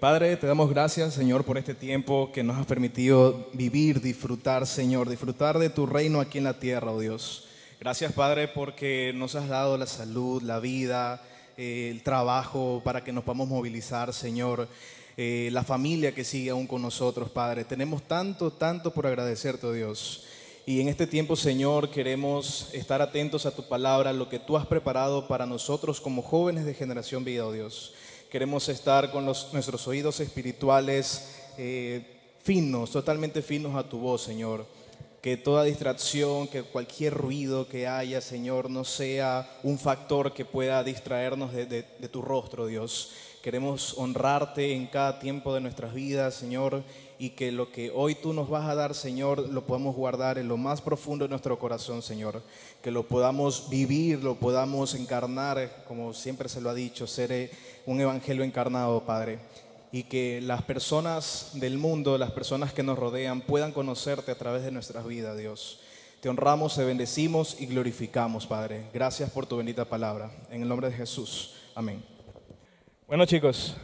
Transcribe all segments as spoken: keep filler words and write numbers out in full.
Padre, te damos gracias, Señor, por este tiempo que nos has permitido vivir, disfrutar, Señor, disfrutar de tu reino aquí en la tierra, oh Dios. Gracias, Padre, porque nos has dado la salud, la vida, eh, el trabajo para que nos podamos movilizar, Señor. Eh, la familia que sigue aún con nosotros, Padre. Tenemos tanto, tanto por agradecerte, oh Dios. Y en este tiempo, Señor, queremos estar atentos a tu palabra, lo que tú has preparado para nosotros como jóvenes de Generación Vida, oh Dios. Queremos estar con los, nuestros oídos espirituales eh, finos, totalmente finos a tu voz, Señor. Que toda distracción, que cualquier ruido que haya, Señor, no sea un factor que pueda distraernos de, de, de tu rostro, Dios. Queremos honrarte en cada tiempo de nuestras vidas, Señor, y que lo que hoy tú nos vas a dar, Señor, lo podamos guardar en lo más profundo de nuestro corazón, Señor. Que lo podamos vivir, lo podamos encarnar, como siempre se lo ha dicho, ser un evangelio encarnado, Padre. Y que las personas del mundo, las personas que nos rodean, puedan conocerte a través de nuestras vidas, Dios. Te honramos, te bendecimos y glorificamos, Padre. Gracias por tu bendita palabra. En el nombre de Jesús. Amén. Bueno, chicos,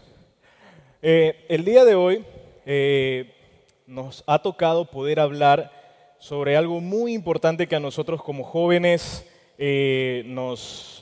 eh, el día de hoy eh, nos ha tocado poder hablar sobre algo muy importante que a nosotros como jóvenes eh, nos,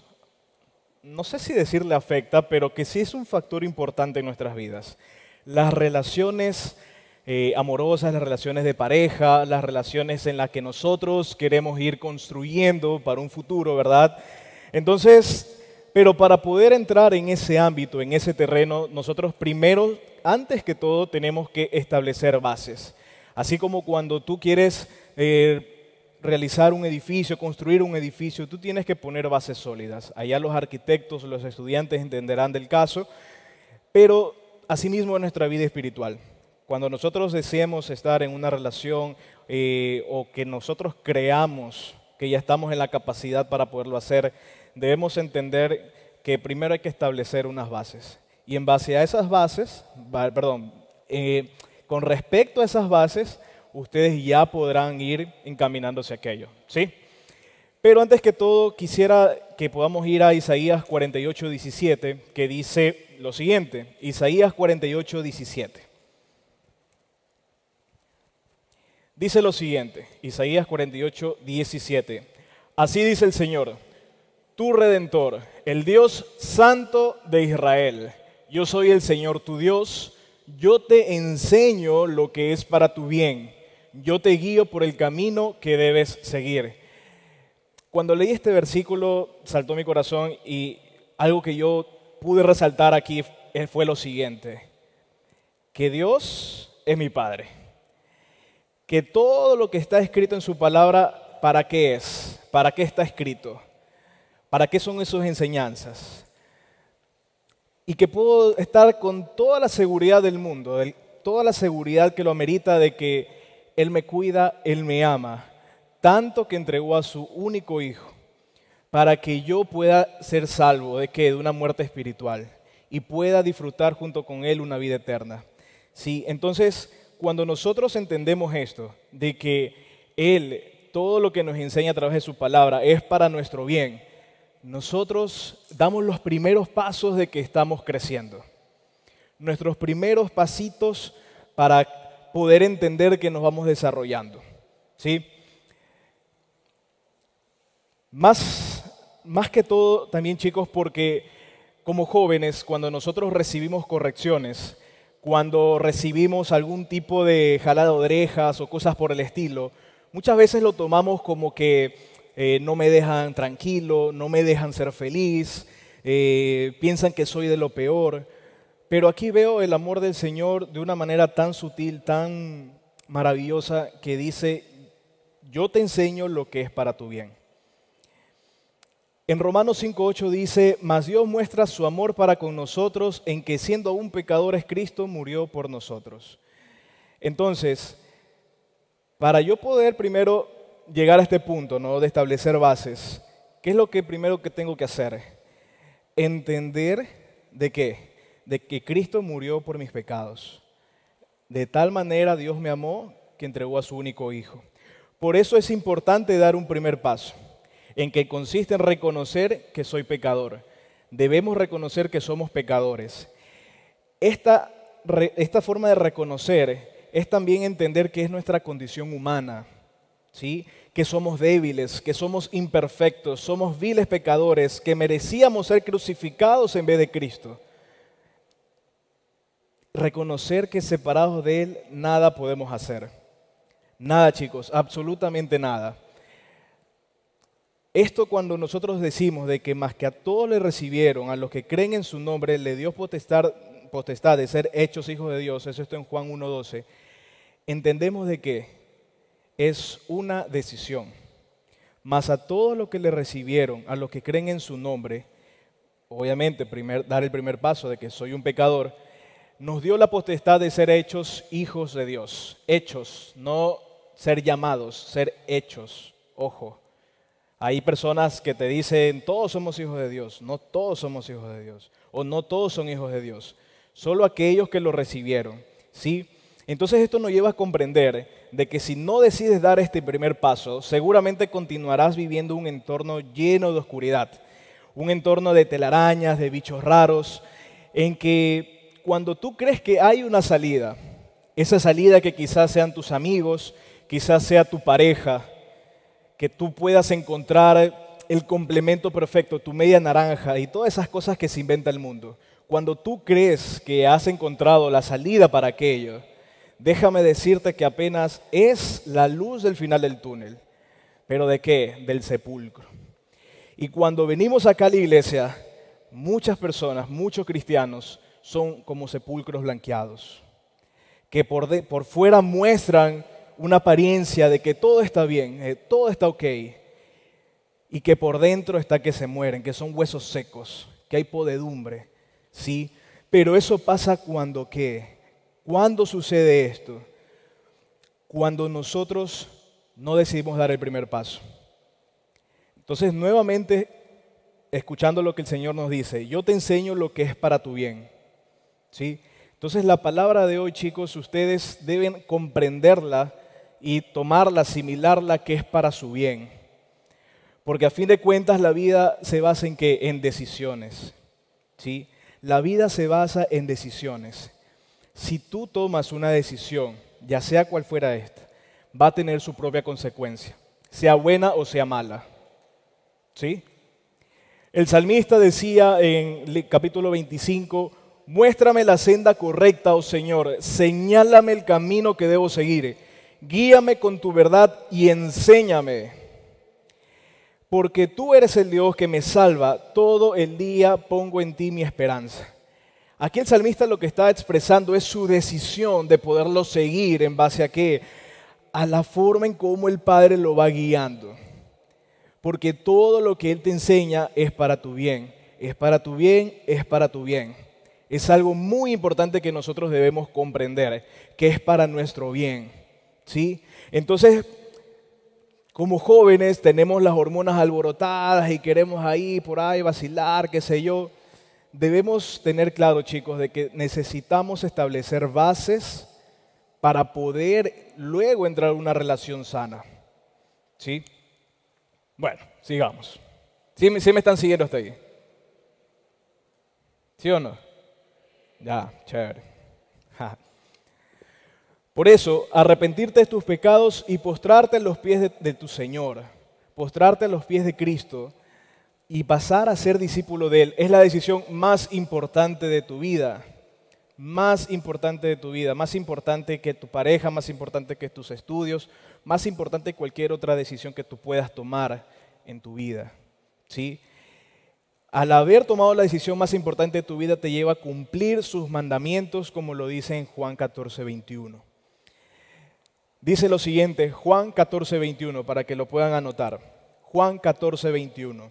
no sé si decirle afecta, pero que sí es un factor importante en nuestras vidas. Las relaciones eh, amorosas, las relaciones de pareja, las relaciones en las que nosotros queremos ir construyendo para un futuro, ¿verdad? Entonces, pero para poder entrar en ese ámbito, en ese terreno, nosotros primero, antes que todo, tenemos que establecer bases. Así como cuando tú quieres eh, realizar un edificio, construir un edificio, tú tienes que poner bases sólidas. Allá los arquitectos, los estudiantes entenderán del caso, pero asimismo en nuestra vida espiritual. Cuando nosotros deseemos estar en una relación eh, o que nosotros creamos que ya estamos en la capacidad para poderlo hacer, debemos entender que primero hay que establecer unas bases. Y en base a esas bases, perdón, eh, con respecto a esas bases, ustedes ya podrán ir encaminándose a aquello, ¿sí? Pero antes que todo, quisiera que podamos ir a Isaías cuarenta y ocho, diecisiete, que dice lo siguiente. Isaías cuarenta y ocho, diecisiete. Dice lo siguiente, Isaías cuarenta y ocho, diecisiete. Así dice el Señor, tu Redentor, el Dios Santo de Israel. Yo soy el Señor tu Dios, yo te enseño lo que es para tu bien, yo te guío por el camino que debes seguir. Cuando leí este versículo saltó mi corazón y algo que yo pude resaltar aquí fue lo siguiente, que Dios es mi Padre, que todo lo que está escrito en su palabra, ¿para qué es? ¿Para qué está escrito? ¿Para qué son esas enseñanzas? Y que puedo estar con toda la seguridad del mundo, toda la seguridad que lo amerita de que Él me cuida, Él me ama, tanto que entregó a su único Hijo para que yo pueda ser salvo de que de una muerte espiritual y pueda disfrutar junto con Él una vida eterna. Sí, entonces, cuando nosotros entendemos esto, de que Él, todo lo que nos enseña a través de su palabra es para nuestro bien, nosotros damos los primeros pasos de que estamos creciendo. Nuestros primeros pasitos para poder entender que nos vamos desarrollando, ¿sí? Más, más que todo también, chicos, porque como jóvenes, cuando nosotros recibimos correcciones, cuando recibimos algún tipo de jalada de orejas o cosas por el estilo, muchas veces lo tomamos como que Eh, no me dejan tranquilo, no me dejan ser feliz, eh, piensan que soy de lo peor. Pero aquí veo el amor del Señor de una manera tan sutil, tan maravillosa, que dice, yo te enseño lo que es para tu bien. En Romanos cinco ocho dice, mas Dios muestra su amor para con nosotros en que siendo aún pecadores, Cristo murió por nosotros. Entonces, para yo poder primero llegar a este punto, ¿no?, de establecer bases, ¿qué es lo que primero que tengo que hacer? Entender de qué, de que Cristo murió por mis pecados. De tal manera Dios me amó que entregó a su único Hijo. Por eso es importante dar un primer paso, en que consiste en reconocer que soy pecador. Debemos reconocer que somos pecadores. Esta re- esta forma de reconocer es también entender que es nuestra condición humana, ¿sí? Que somos débiles, que somos imperfectos, somos viles pecadores, que merecíamos ser crucificados en vez de Cristo. Reconocer que separados de Él nada podemos hacer. Nada, chicos, absolutamente nada. Esto cuando nosotros decimos de que más que a todos le recibieron, a los que creen en su nombre, le dio potestad, potestad de ser hechos hijos de Dios, eso está en Juan uno doce, entendemos de que es una decisión. Mas a todos los que le recibieron, a los que creen en su nombre, obviamente primer, dar el primer paso de que soy un pecador, nos dio la potestad de ser hechos hijos de Dios. Hechos, no ser llamados, ser hechos. Ojo, hay personas que te dicen, todos somos hijos de Dios. No todos somos hijos de Dios. O no todos son hijos de Dios. Solo aquellos que lo recibieron. ¿Sí? Entonces esto nos lleva a comprender de que si no decides dar este primer paso, seguramente continuarás viviendo un entorno lleno de oscuridad. Un entorno de telarañas, de bichos raros, en que cuando tú crees que hay una salida, esa salida que quizás sean tus amigos, quizás sea tu pareja, que tú puedas encontrar el complemento perfecto, tu media naranja y todas esas cosas que se inventa el mundo. Cuando tú crees que has encontrado la salida para aquello, déjame decirte que apenas es la luz del final del túnel. ¿Pero de qué? Del sepulcro. Y cuando venimos acá a la iglesia, muchas personas, muchos cristianos, son como sepulcros blanqueados, que por, de, por fuera muestran una apariencia de que todo está bien, eh, todo está ok, y que por dentro está que se mueren, que son huesos secos, que hay podedumbre, ¿sí? Pero eso pasa cuando, ¿qué? ¿Cuándo sucede esto? Cuando nosotros no decidimos dar el primer paso. Entonces, nuevamente, escuchando lo que el Señor nos dice, yo te enseño lo que es para tu bien, ¿sí? Entonces, la palabra de hoy, chicos, ustedes deben comprenderla y tomarla, asimilarla, que es para su bien. Porque a fin de cuentas la vida se basa en ¿qué? En decisiones, ¿sí? La vida se basa en decisiones. Si tú tomas una decisión, ya sea cual fuera esta, va a tener su propia consecuencia, sea buena o sea mala, ¿sí? El salmista decía en el capítulo veinticinco, muéstrame la senda correcta, oh Señor, señálame el camino que debo seguir, guíame con tu verdad y enséñame. Porque tú eres el Dios que me salva, todo el día pongo en ti mi esperanza. Aquí el salmista lo que está expresando es su decisión de poderlo seguir en base a qué, a la forma en cómo el Padre lo va guiando. Porque todo lo que Él te enseña es para tu bien, es para tu bien, es para tu bien. Es algo muy importante que nosotros debemos comprender, que es para nuestro bien, ¿sí? Entonces, como jóvenes tenemos las hormonas alborotadas y queremos ahí, por ahí, vacilar, qué sé yo. Debemos tener claro, chicos, de que necesitamos establecer bases para poder luego entrar en una relación sana, ¿sí? Bueno, sigamos. ¿Sí, sí me están siguiendo hasta ahí? ¿Sí o no? Ya, chévere. Ja. Por eso, arrepentirte de tus pecados y postrarte en los pies de, de tu Señor, postrarte en los pies de Cristo y pasar a ser discípulo de Él, es la decisión más importante de tu vida, más importante de tu vida, más importante que tu pareja, más importante que tus estudios, más importante que cualquier otra decisión que tú puedas tomar en tu vida, ¿sí? Al haber tomado la decisión más importante de tu vida te lleva a cumplir sus mandamientos, como lo dice en Juan catorce, veintiuno. Dice lo siguiente, Juan catorce, veintiuno, para que lo puedan anotar. Juan catorce, veintiuno.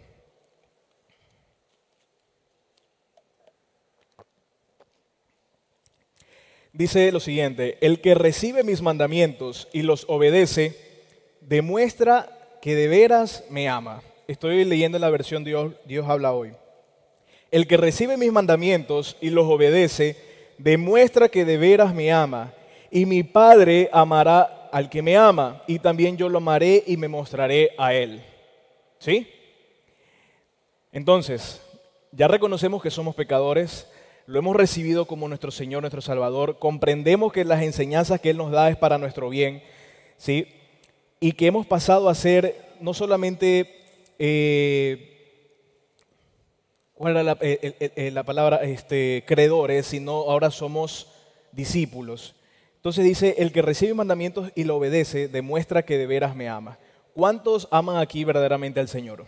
Dice lo siguiente, el que recibe mis mandamientos y los obedece, demuestra que de veras me ama. Estoy leyendo la versión Dios, Dios habla hoy. El que recibe mis mandamientos y los obedece, demuestra que de veras me ama. Y mi Padre amará al que me ama, y también yo lo amaré y me mostraré a él. ¿Sí? Entonces, ya reconocemos que somos pecadores, lo hemos recibido como nuestro Señor, nuestro Salvador, comprendemos que las enseñanzas que Él nos da es para nuestro bien, ¿sí? Y que hemos pasado a ser no solamente, eh, ¿cuál era la, eh, eh, eh, la palabra? Este, creedores, sino ahora somos discípulos. Entonces dice, el que recibe mandamientos y lo obedece, demuestra que de veras me ama. ¿Cuántos aman aquí verdaderamente al Señor?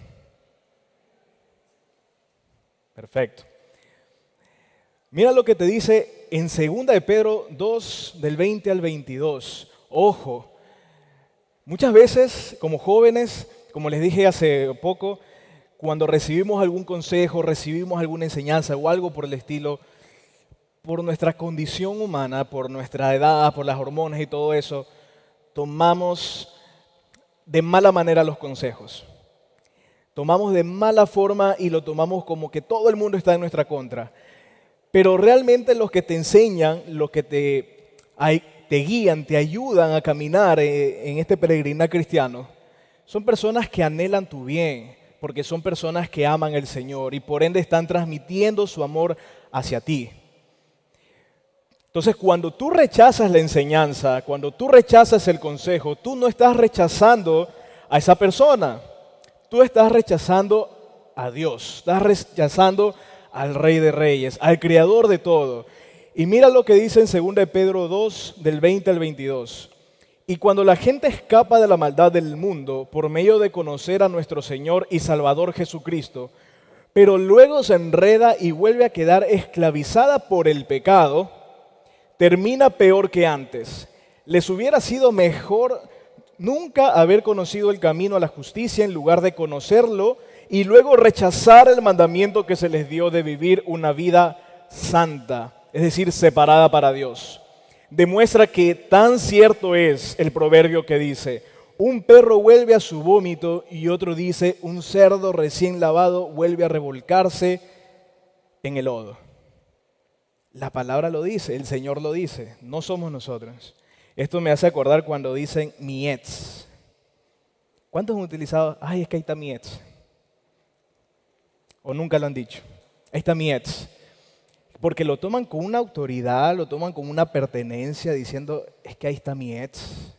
Perfecto. Mira lo que te dice en segunda de Pedro dos, del veinte al veintidós. Ojo, muchas veces como jóvenes, como les dije hace poco, cuando recibimos algún consejo, recibimos alguna enseñanza o algo por el estilo, por nuestra condición humana, por nuestra edad, por las hormonas y todo eso, tomamos de mala manera los consejos. Tomamos de mala forma y lo tomamos como que todo el mundo está en nuestra contra. Pero realmente los que te enseñan, los que te, te guían, te ayudan a caminar en este peregrinar cristiano, son personas que anhelan tu bien, porque son personas que aman al Señor y por ende están transmitiendo su amor hacia ti. Entonces, cuando tú rechazas la enseñanza, cuando tú rechazas el consejo, tú no estás rechazando a esa persona, tú estás rechazando a Dios, estás rechazando al Rey de Reyes, al Creador de todo. Y mira lo que dice en segunda de Pedro dos, del veinte al veintidós. Y cuando la gente escapa de la maldad del mundo por medio de conocer a nuestro Señor y Salvador Jesucristo, pero luego se enreda y vuelve a quedar esclavizada por el pecado, termina peor que antes. Les hubiera sido mejor nunca haber conocido el camino a la justicia en lugar de conocerlo y luego rechazar el mandamiento que se les dio de vivir una vida santa, es decir, separada para Dios. Demuestra que tan cierto es el proverbio que dice, un perro vuelve a su vómito y otro dice, un cerdo recién lavado vuelve a revolcarse en el lodo. La palabra lo dice, el Señor lo dice, no somos nosotros. Esto me hace acordar cuando dicen mi ex. ¿Cuántos han utilizado? Ay, es que ahí está mi ex. O nunca lo han dicho. Ahí está mi ex. Porque lo toman con una autoridad, lo toman con una pertenencia, diciendo, es que ahí está mi ex.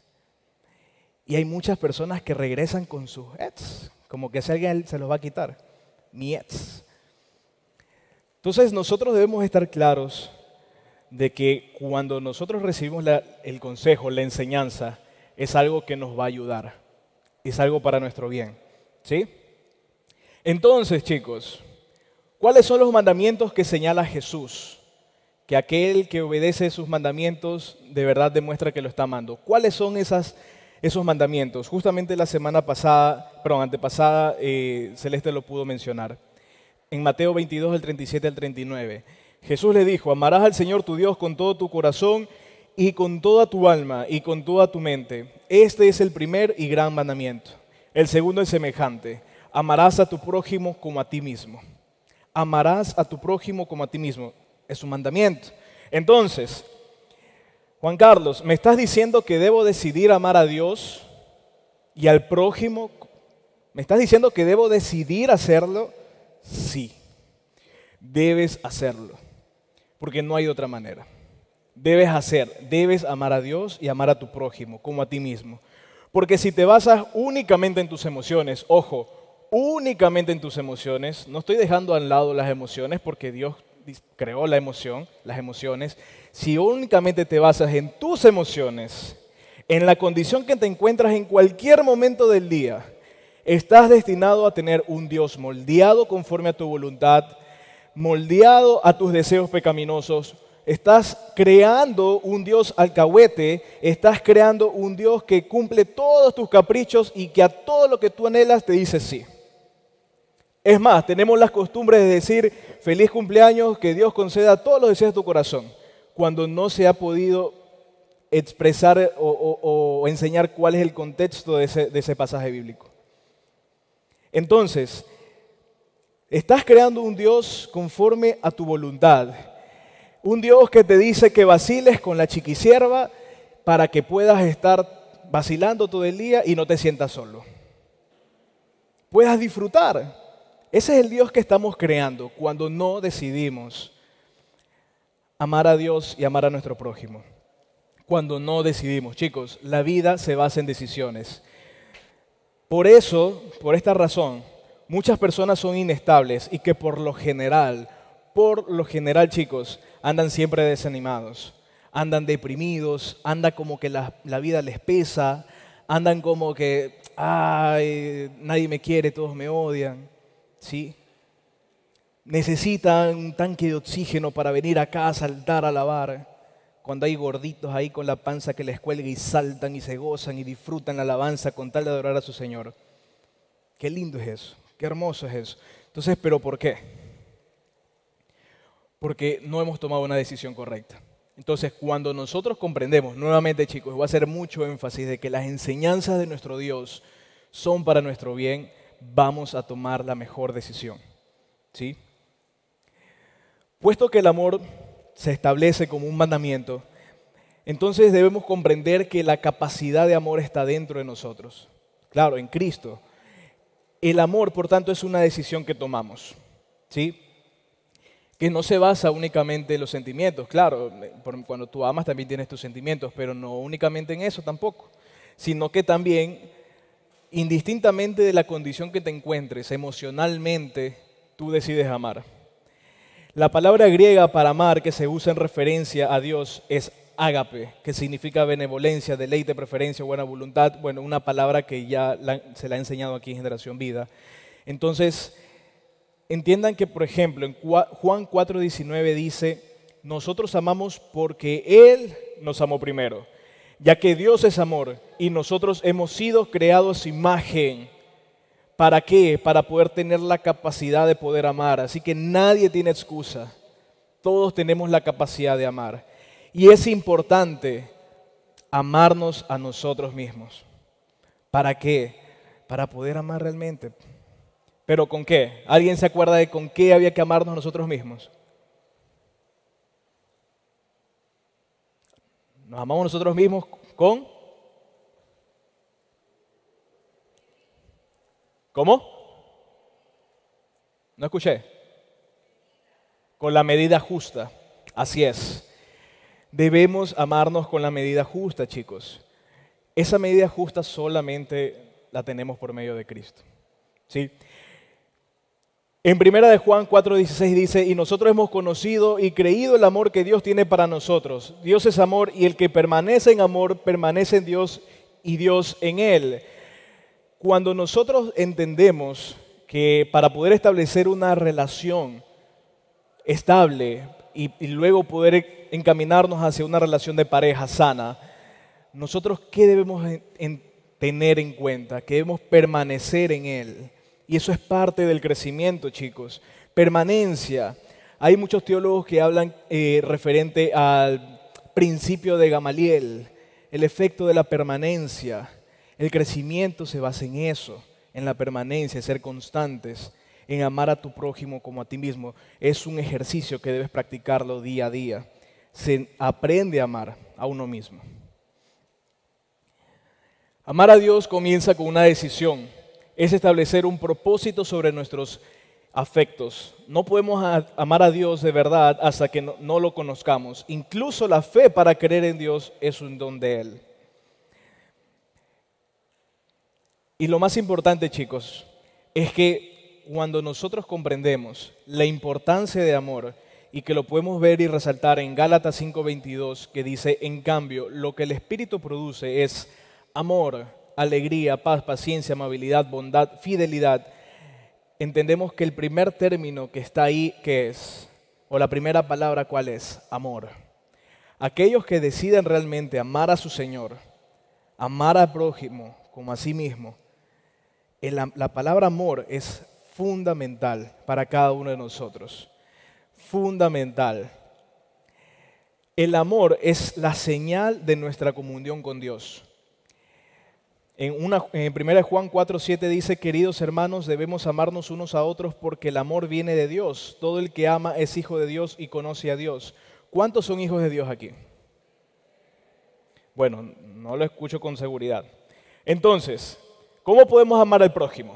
Y hay muchas personas que regresan con sus ex, como que si alguien se los va a quitar. Mi ex. Entonces nosotros debemos estar claros de que cuando nosotros recibimos la, el consejo, la enseñanza, es algo que nos va a ayudar. Es algo para nuestro bien. ¿Sí? Entonces, chicos, ¿cuáles son los mandamientos que señala Jesús? Que aquel que obedece sus mandamientos de verdad demuestra que lo está amando. ¿Cuáles son esas, esos mandamientos? Justamente la semana pasada, perdón, antepasada, eh, Celeste lo pudo mencionar. En Mateo veintidós, del treinta y siete al treinta y nueve. Jesús le dijo, amarás al Señor tu Dios con todo tu corazón y con toda tu alma y con toda tu mente. Este es el primer y gran mandamiento. El segundo es semejante. Amarás a tu prójimo como a ti mismo. Amarás a tu prójimo como a ti mismo. Es un mandamiento. Entonces, Juan Carlos, ¿me estás diciendo que debo decidir amar a Dios y al prójimo? ¿Me estás diciendo que debo decidir hacerlo? Sí, debes hacerlo, porque no hay otra manera. Debes hacer, debes amar a Dios y amar a tu prójimo como a ti mismo. Porque si te basas únicamente en tus emociones, ojo, únicamente en tus emociones, no estoy dejando al lado las emociones porque Dios creó la emoción, las emociones. Si únicamente te basas en tus emociones, en la condición que te encuentras en cualquier momento del día, estás destinado a tener un Dios moldeado conforme a tu voluntad, moldeado a tus deseos pecaminosos. Estás creando un Dios alcahuete, estás creando un Dios que cumple todos tus caprichos y que a todo lo que tú anhelas te dice sí. Es más, tenemos las costumbres de decir feliz cumpleaños, que Dios conceda todos los deseos de tu corazón, cuando no se ha podido expresar o, o, o enseñar cuál es el contexto de ese, de ese pasaje bíblico. Entonces, estás creando un Dios conforme a tu voluntad. Un Dios que te dice que vaciles con la chiquisierva para que puedas estar vacilando todo el día y no te sientas solo. Puedas disfrutar. Ese es el Dios que estamos creando cuando no decidimos amar a Dios y amar a nuestro prójimo. Cuando no decidimos, chicos, la vida se basa en decisiones. Por eso, por esta razón, muchas personas son inestables y que por lo general, por lo general, chicos, andan siempre desanimados, andan deprimidos, andan como que la, la vida les pesa, andan como que, ay, nadie me quiere, todos me odian, ¿sí? Necesitan un tanque de oxígeno para venir acá a saltar a lavar. Cuando hay gorditos ahí con la panza que les cuelga y saltan y se gozan y disfrutan la alabanza con tal de adorar a su Señor. Qué lindo es eso, qué hermoso es eso. Entonces, ¿pero por qué? Porque no hemos tomado una decisión correcta. Entonces, cuando nosotros comprendemos, nuevamente chicos, voy a hacer mucho énfasis de que las enseñanzas de nuestro Dios son para nuestro bien, vamos a tomar la mejor decisión. ¿Sí? Puesto que el amor se establece como un mandamiento, entonces debemos comprender que la capacidad de amor está dentro de nosotros. Claro, en Cristo. El amor, por tanto, es una decisión que tomamos, ¿sí? Que no se basa únicamente en los sentimientos. Claro, cuando tú amas también tienes tus sentimientos, pero no únicamente en eso tampoco, sino que también, indistintamente de la condición que te encuentres emocionalmente, tú decides amar. La palabra griega para amar que se usa en referencia a Dios es ágape, que significa benevolencia, deleite, preferencia, buena voluntad. Bueno, una palabra que ya la, se la ha enseñado aquí en Generación Vida. Entonces, entiendan que, por ejemplo, en Juan cuatro diecinueve dice, nosotros amamos porque Él nos amó primero, ya que Dios es amor y nosotros hemos sido creados a su imagen. ¿Para qué? Para poder tener la capacidad de poder amar. Así que nadie tiene excusa. Todos tenemos la capacidad de amar. Y es importante amarnos a nosotros mismos. ¿Para qué? Para poder amar realmente. ¿Pero con qué? ¿Alguien se acuerda de con qué había que amarnos a nosotros mismos? Nos amamos a nosotros mismos con... ¿Cómo? No escuché. Con la medida justa. Así es. Debemos amarnos con la medida justa, chicos. Esa medida justa solamente la tenemos por medio de Cristo. ¿Sí? En primera de Juan cuatro dieciséis dice, y nosotros hemos conocido y creído el amor que Dios tiene para nosotros. Dios es amor y el que permanece en amor permanece en Dios y Dios en él. Cuando nosotros entendemos que para poder establecer una relación estable y, y luego poder encaminarnos hacia una relación de pareja sana, nosotros ¿qué debemos en, en tener en cuenta? Que debemos permanecer en Él. Y eso es parte del crecimiento, chicos. Permanencia. Hay muchos teólogos que hablan eh, referente al principio de Gamaliel, el efecto de la permanencia. El crecimiento se basa en eso, en la permanencia, en ser constantes, en amar a tu prójimo como a ti mismo. Es un ejercicio que debes practicarlo día a día. Se aprende a amar a uno mismo. Amar a Dios comienza con una decisión. Es establecer un propósito sobre nuestros afectos. No podemos amar a Dios de verdad hasta que no, no lo conozcamos. Incluso la fe para creer en Dios es un don de Él. Y lo más importante, chicos, es que cuando nosotros comprendemos la importancia de amor y que lo podemos ver y resaltar en Gálatas cinco veintidós, que dice, en cambio, lo que el Espíritu produce es amor, alegría, paz, paciencia, amabilidad, bondad, fidelidad. Entendemos que el primer término que está ahí, ¿qué es? O la primera palabra, ¿cuál es? Amor. Aquellos que deciden realmente amar a su Señor, amar al prójimo como a sí mismo, La, la palabra amor es fundamental para cada uno de nosotros. Fundamental. El amor es la señal de nuestra comunión con Dios. En, una, en primera Juan cuatro siete dice, queridos hermanos, debemos amarnos unos a otros porque el amor viene de Dios. Todo el que ama es hijo de Dios y conoce a Dios. ¿Cuántos son hijos de Dios aquí? Bueno, no lo escucho con seguridad. Entonces, ¿cómo podemos amar al prójimo?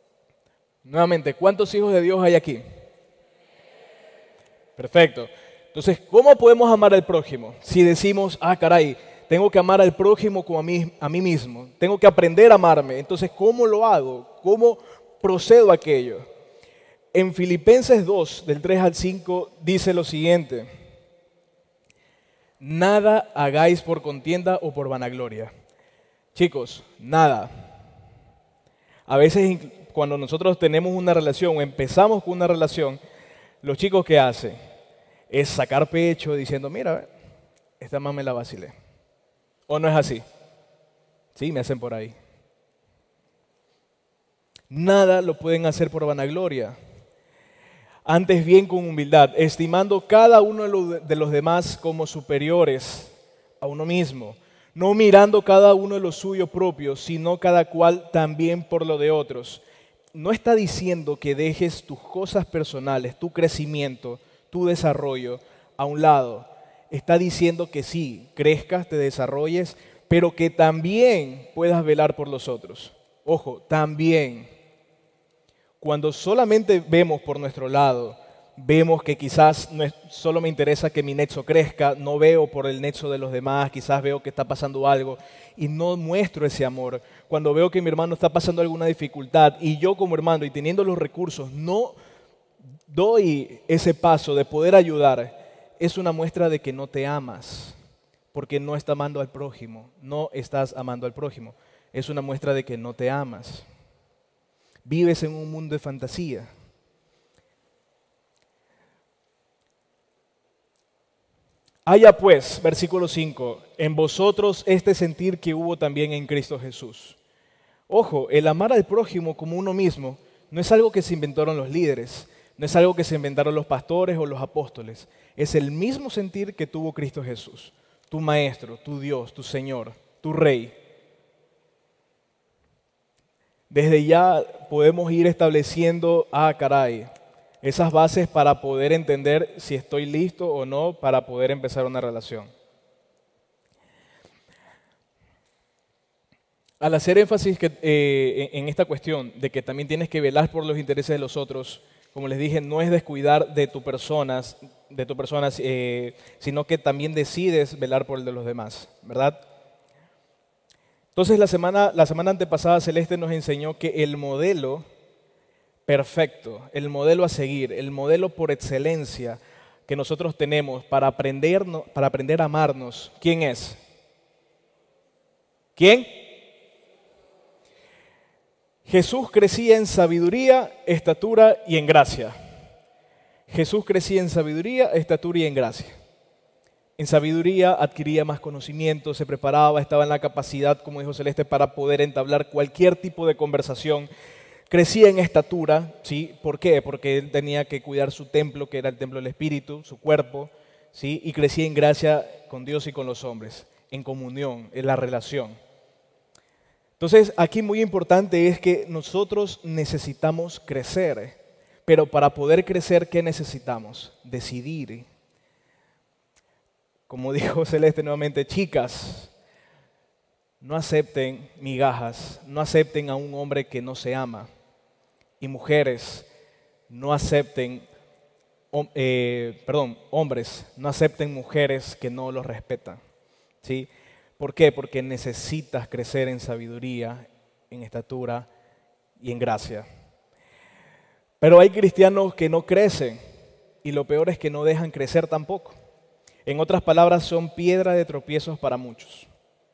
Nuevamente, ¿cuántos hijos de Dios hay aquí? Perfecto. Entonces, ¿cómo podemos amar al prójimo? Si decimos, ah, caray, tengo que amar al prójimo como a mí, a mí mismo, tengo que aprender a amarme. Entonces, ¿cómo lo hago? ¿Cómo procedo a aquello? En Filipenses dos, del tres al cinco, dice lo siguiente: nada hagáis por contienda o por vanagloria. Chicos, nada. A veces cuando nosotros tenemos una relación o empezamos con una relación, los chicos ¿qué hacen? Es sacar pecho diciendo, mira, esta más me la vacilé. ¿O no es así? Sí, me hacen por ahí. Nada lo pueden hacer por vanagloria. Antes bien con humildad, estimando cada uno de los demás como superiores a uno mismo, no mirando cada uno de lo suyo propio, sino cada cual también por lo de otros. No está diciendo que dejes tus cosas personales, tu crecimiento, tu desarrollo a un lado. Está diciendo que sí, crezcas, te desarrolles, pero que también puedas velar por los otros. Ojo, también. Cuando solamente vemos por nuestro lado, vemos que quizás no es, solo me interesa que mi nexo crezca, no veo por el nexo de los demás, quizás veo que está pasando algo y no muestro ese amor. Cuando veo que mi hermano está pasando alguna dificultad y yo como hermano y teniendo los recursos no doy ese paso de poder ayudar, es una muestra de que no te amas, porque no estás amando al prójimo, no estás amando al prójimo. Es una muestra de que no te amas. Vives en un mundo de fantasía. Haya pues, versículo cinco, en vosotros este sentir que hubo también en Cristo Jesús. Ojo, el amar al prójimo como uno mismo no es algo que se inventaron los líderes, no es algo que se inventaron los pastores o los apóstoles. Es el mismo sentir que tuvo Cristo Jesús, tu Maestro, tu Dios, tu Señor, tu Rey. Desde ya podemos ir estableciendo, ah, caray, esas bases para poder entender si estoy listo o no para poder empezar una relación. Al hacer énfasis que, eh, en esta cuestión de que también tienes que velar por los intereses de los otros, como les dije, no es descuidar de tu personas, de tu personas, eh, sino que también decides velar por el de los demás, ¿verdad? Entonces la semana, la semana antepasada Celeste nos enseñó que el modelo perfecto, el modelo a seguir, el modelo por excelencia que nosotros tenemos para aprender, para aprender a amarnos, ¿quién es? ¿Quién? Jesús crecía en sabiduría, estatura y en gracia. Jesús crecía en sabiduría, estatura y en gracia. En sabiduría adquiría más conocimiento, se preparaba, estaba en la capacidad, como dijo Celeste, para poder entablar cualquier tipo de conversación. Crecía en estatura, ¿sí? ¿Por qué? Porque él tenía que cuidar su templo, que era el templo del Espíritu, su cuerpo, ¿sí? Y crecía en gracia con Dios y con los hombres, en comunión, en la relación. Entonces, aquí muy importante es que nosotros necesitamos crecer, pero para poder crecer, ¿qué necesitamos? Decidir. Como dijo Celeste nuevamente, chicas, no acepten migajas, no acepten a un hombre que no se ama. Y mujeres, no acepten, eh, perdón, hombres, no acepten mujeres que no los respetan. ¿Sí? ¿Por qué? Porque necesitas crecer en sabiduría, en estatura y en gracia. Pero hay cristianos que no crecen y lo peor es que no dejan crecer tampoco. En otras palabras, son piedra de tropiezos para muchos.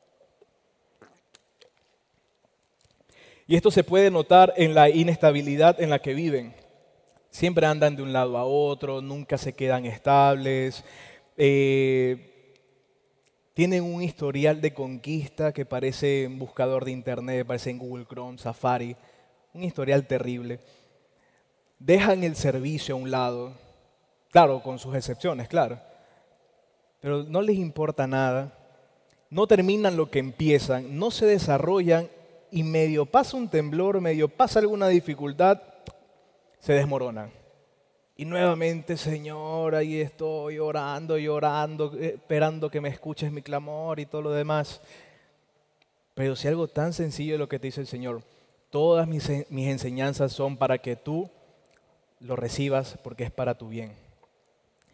Y esto se puede notar en la inestabilidad en la que viven. Siempre andan de un lado a otro, nunca se quedan estables. Eh, tienen un historial de conquista que parece un buscador de internet, parece en Google Chrome, Safari. Un historial terrible. Dejan el servicio a un lado, claro, con sus excepciones, claro. Pero no les importa nada, no terminan lo que empiezan, no se desarrollan y medio pasa un temblor, medio pasa alguna dificultad, se desmoronan. Y nuevamente, Señor, ahí estoy orando y orando, esperando que me escuches mi clamor y todo lo demás. Pero si algo tan sencillo es lo que te dice el Señor, todas mis, mis enseñanzas son para que tú lo recibas porque es para tu bien.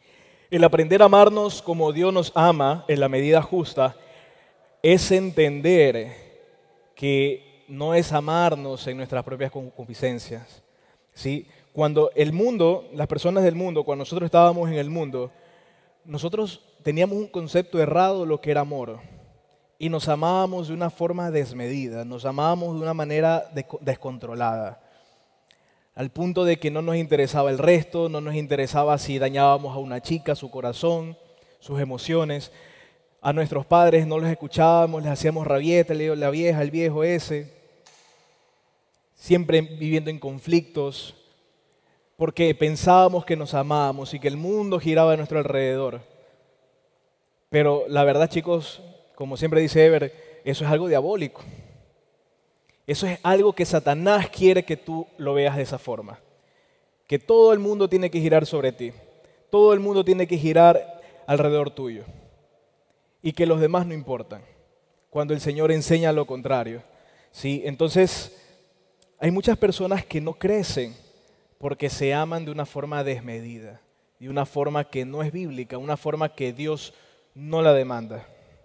El aprender a amarnos como Dios nos ama en la medida justa es entender que no es amarnos en nuestras propias concupiscencias, ¿sí? Cuando el mundo, las personas del mundo, cuando nosotros estábamos en el mundo, nosotros teníamos un concepto errado de lo que era amor y nos amábamos de una forma desmedida, nos amábamos de una manera descontrolada, al punto de que no nos interesaba el resto, no nos interesaba si dañábamos a una chica, su corazón, sus emociones. A nuestros padres no los escuchábamos, les hacíamos rabieta, la vieja, el viejo ese, siempre viviendo en conflictos, porque pensábamos que nos amábamos y que el mundo giraba a nuestro alrededor. Pero la verdad, chicos, como siempre dice Ever, eso es algo diabólico. Eso es algo que Satanás quiere que tú lo veas de esa forma. Que todo el mundo tiene que girar sobre ti. Todo el mundo tiene que girar alrededor tuyo. Y que los demás no importan. Cuando el Señor enseña lo contrario. ¿Sí? Entonces, hay muchas personas que no crecen porque se aman de una forma desmedida. De una forma que no es bíblica. Una forma que Dios no la demanda.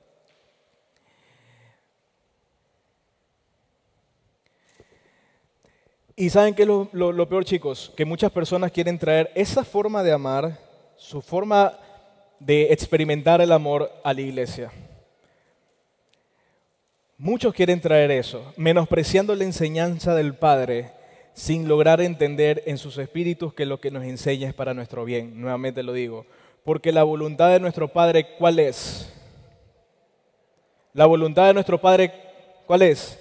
Y ¿saben qué es lo, lo, lo peor, chicos? Que muchas personas quieren traer esa forma de amar, su forma de experimentar el amor a la iglesia. Muchos quieren traer eso, menospreciando la enseñanza del Padre, sin lograr entender en sus espíritus que lo que nos enseña es para nuestro bien. Nuevamente lo digo, porque la voluntad de nuestro Padre, ¿cuál es? La voluntad de nuestro Padre, ¿cuál es?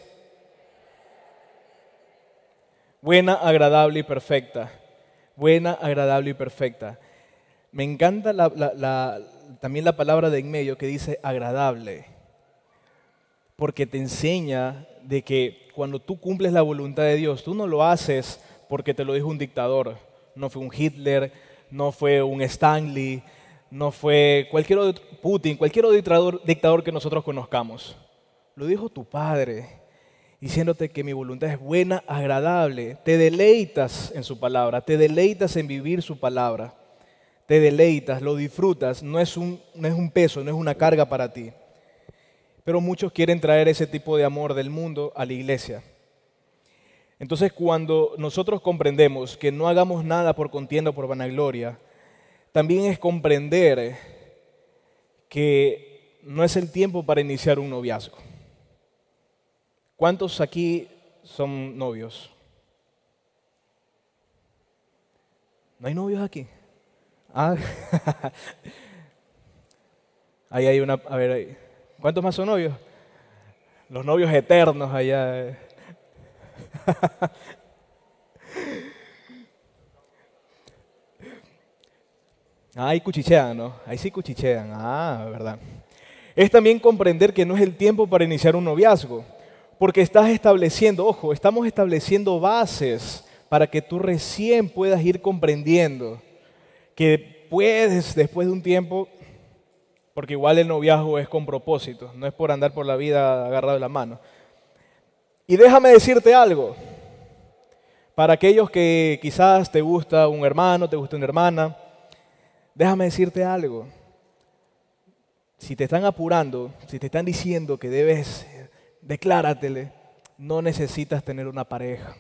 Buena, agradable y perfecta. Buena, agradable y perfecta. Me encanta la, la, la, también la palabra de en medio que dice agradable. Porque te enseña de que cuando tú cumples la voluntad de Dios, tú no lo haces porque te lo dijo un dictador. No fue un Hitler, no fue un Stanley, no fue cualquier otro Putin, cualquier otro dictador, dictador que nosotros conozcamos. Lo dijo tu Padre. Diciéndote que mi voluntad es buena, agradable. Te deleitas en su palabra, te deleitas en vivir su palabra. Te deleitas, lo disfrutas, no es un, no es un peso, no es una carga para ti. Pero muchos quieren traer ese tipo de amor del mundo a la iglesia. Entonces, cuando nosotros comprendemos que no hagamos nada por contienda o por vanagloria, también es comprender que no es el tiempo para iniciar un noviazgo. ¿Cuántos aquí son novios? ¿No hay novios aquí? Ah, ahí hay una, a ver, ahí. ¿Cuántos más son novios? Los novios eternos allá. Ah, ahí cuchichean, ¿no? Ahí sí cuchichean. Ah, verdad. Es también comprender que no es el tiempo para iniciar un noviazgo. Porque estás estableciendo, ojo, estamos estableciendo bases para que tú recién puedas ir comprendiendo que puedes después de un tiempo, porque igual el noviazgo es con propósito, no es por andar por la vida agarrado de la mano. Y déjame decirte algo, para aquellos que quizás te gusta un hermano, te gusta una hermana, déjame decirte algo. Si te están apurando, si te están diciendo que debes... Decláratele, no necesitas tener una pareja.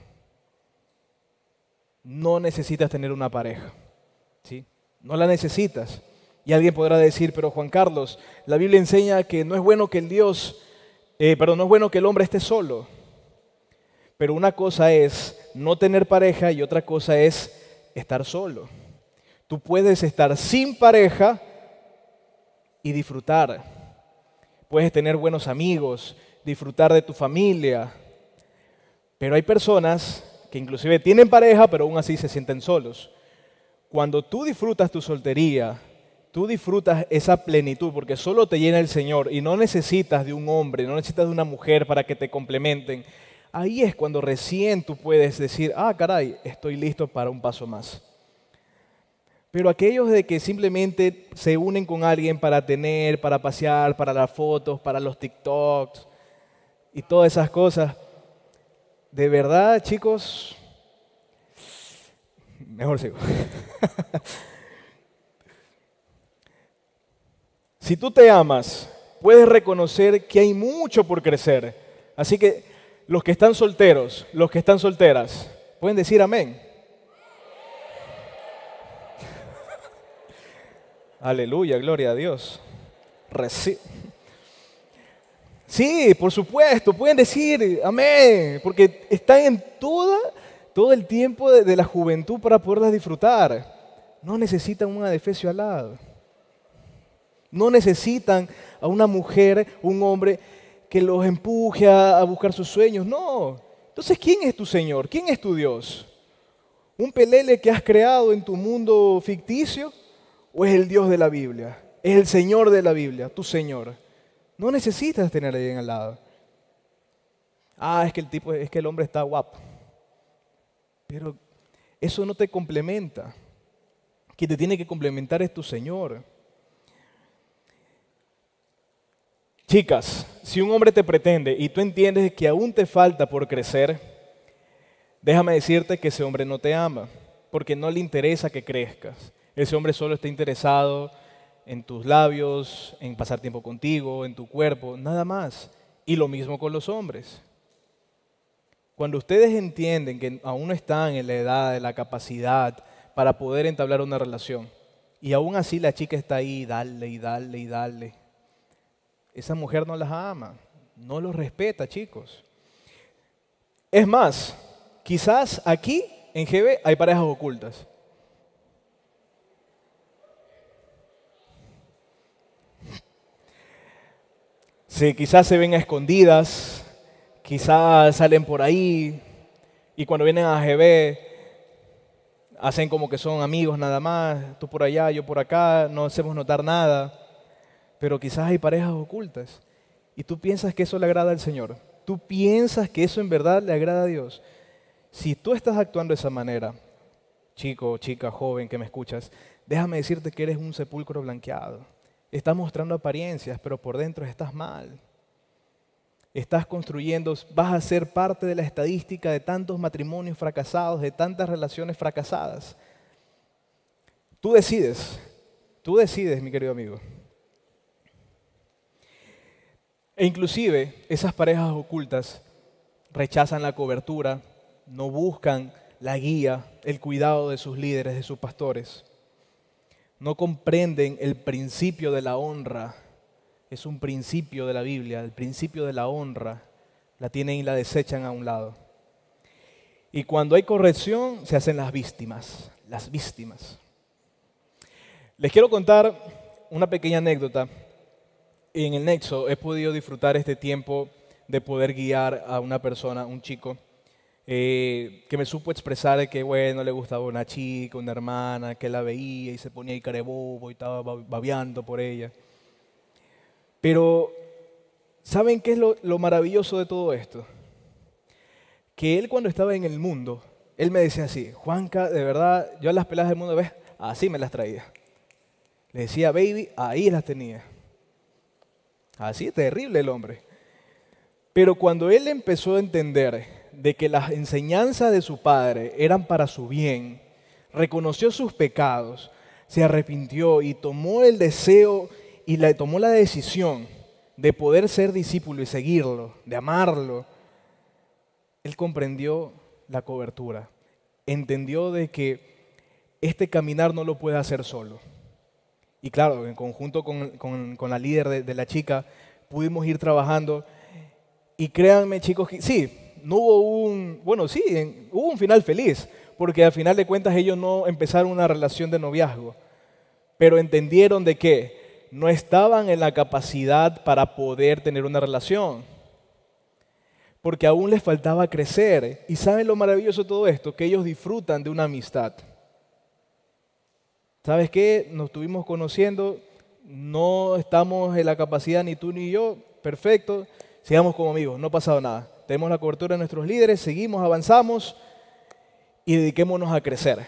No necesitas tener una pareja. ¿Sí? No la necesitas. Y alguien podrá decir, pero Juan Carlos, la Biblia enseña que no es bueno que el Dios, eh, perdón, no es bueno que el hombre esté solo. Pero una cosa es no tener pareja y otra cosa es estar solo. Tú puedes estar sin pareja y disfrutar. Puedes tener buenos amigos, disfrutar de tu familia. Pero hay personas que inclusive tienen pareja, pero aún así se sienten solos. Cuando tú disfrutas tu soltería, tú disfrutas esa plenitud, porque solo te llena el Señor y no necesitas de un hombre, no necesitas de una mujer para que te complementen. Ahí es cuando recién tú puedes decir, ah, caray, estoy listo para un paso más. Pero aquellos de que simplemente se unen con alguien para tener, para pasear, para las fotos, para los TikToks, y todas esas cosas. De verdad, chicos, mejor sigo. Si tú te amas, puedes reconocer que hay mucho por crecer. Así que los que están solteros, los que están solteras, pueden decir amén. Aleluya, gloria a Dios. Reci- sí, por supuesto, pueden decir amén, porque están en toda, todo el tiempo de, de la juventud para poderlas disfrutar. No necesitan un adefesio al lado. No necesitan a una mujer, un hombre que los empuje a, a buscar sus sueños. No. Entonces, ¿quién es tu Señor? ¿Quién es tu Dios? ¿Un pelele que has creado en tu mundo ficticio? ¿O es el Dios de la Biblia? Es el Señor de la Biblia, tu Señor. No necesitas tener a alguien al lado. Ah, es que el tipo, es que el hombre está guapo. Pero eso no te complementa. Quien te tiene que complementar es tu Señor. Chicas, si un hombre te pretende y tú entiendes que aún te falta por crecer, déjame decirte que ese hombre no te ama, porque no le interesa que crezcas. Ese hombre solo está interesado en tus labios, en pasar tiempo contigo, en tu cuerpo, nada más. Y lo mismo con los hombres. Cuando ustedes entienden que aún no están en la edad, de la capacidad para poder entablar una relación, y aún así la chica está ahí, dale y dale y dale, esa mujer no las ama, no los respeta, chicos. Es más, quizás aquí en G B hay parejas ocultas. Sí, quizás se ven a escondidas, quizás salen por ahí y cuando vienen a G B hacen como que son amigos nada más, tú por allá, yo por acá, no hacemos notar nada, pero quizás hay parejas ocultas y tú piensas que eso le agrada al Señor, tú piensas que eso en verdad le agrada a Dios. Si tú estás actuando de esa manera, chico, chica, joven que me escuchas, déjame decirte que eres un sepulcro blanqueado. Estás mostrando apariencias, pero por dentro estás mal. Estás construyendo, vas a ser parte de la estadística de tantos matrimonios fracasados, de tantas relaciones fracasadas. Tú decides, tú decides, mi querido amigo. E inclusive esas parejas ocultas rechazan la cobertura, no buscan la guía, el cuidado de sus líderes, de sus pastores. No comprenden el principio de la honra. Es un principio de la Biblia, el principio de la honra. La tienen y la desechan a un lado. Y cuando hay corrección, se hacen las víctimas, las víctimas. Les quiero contar una pequeña anécdota. En el Nexo he podido disfrutar este tiempo de poder guiar a una persona, un chico, Eh, que me supo expresar que, bueno, le gustaba una chica, una hermana, que la veía y se ponía ahí carebobo y estaba babeando por ella. Pero, ¿saben qué es lo, lo maravilloso de todo esto? Que él cuando estaba en el mundo, él me decía así, Juanca, de verdad, yo a las peladas del mundo, ¿ves? Así me las traía. Le decía, baby, ahí las tenía. Así, terrible el hombre. Pero cuando él empezó a entender de que las enseñanzas de su padre eran para su bien, reconoció sus pecados, se arrepintió y tomó el deseo y la, tomó la decisión de poder ser discípulo y seguirlo, de amarlo, él comprendió la cobertura, entendió de que este caminar no lo puede hacer solo. Y claro, en conjunto con, con, con la líder de, de la chica, pudimos ir trabajando. Y créanme, chicos, que sí, no hubo un, bueno, sí, en, hubo un final feliz, porque al final de cuentas ellos no empezaron una relación de noviazgo, pero entendieron de que no estaban en la capacidad para poder tener una relación, porque aún les faltaba crecer. ¿Y saben lo maravilloso de todo esto? Que ellos disfrutan de una amistad. ¿Sabes qué? Nos estuvimos conociendo, no estamos en la capacidad ni tú ni yo, perfecto, sigamos como amigos, no ha pasado nada. Tenemos la cobertura de nuestros líderes, seguimos, avanzamos y dediquémonos a crecer.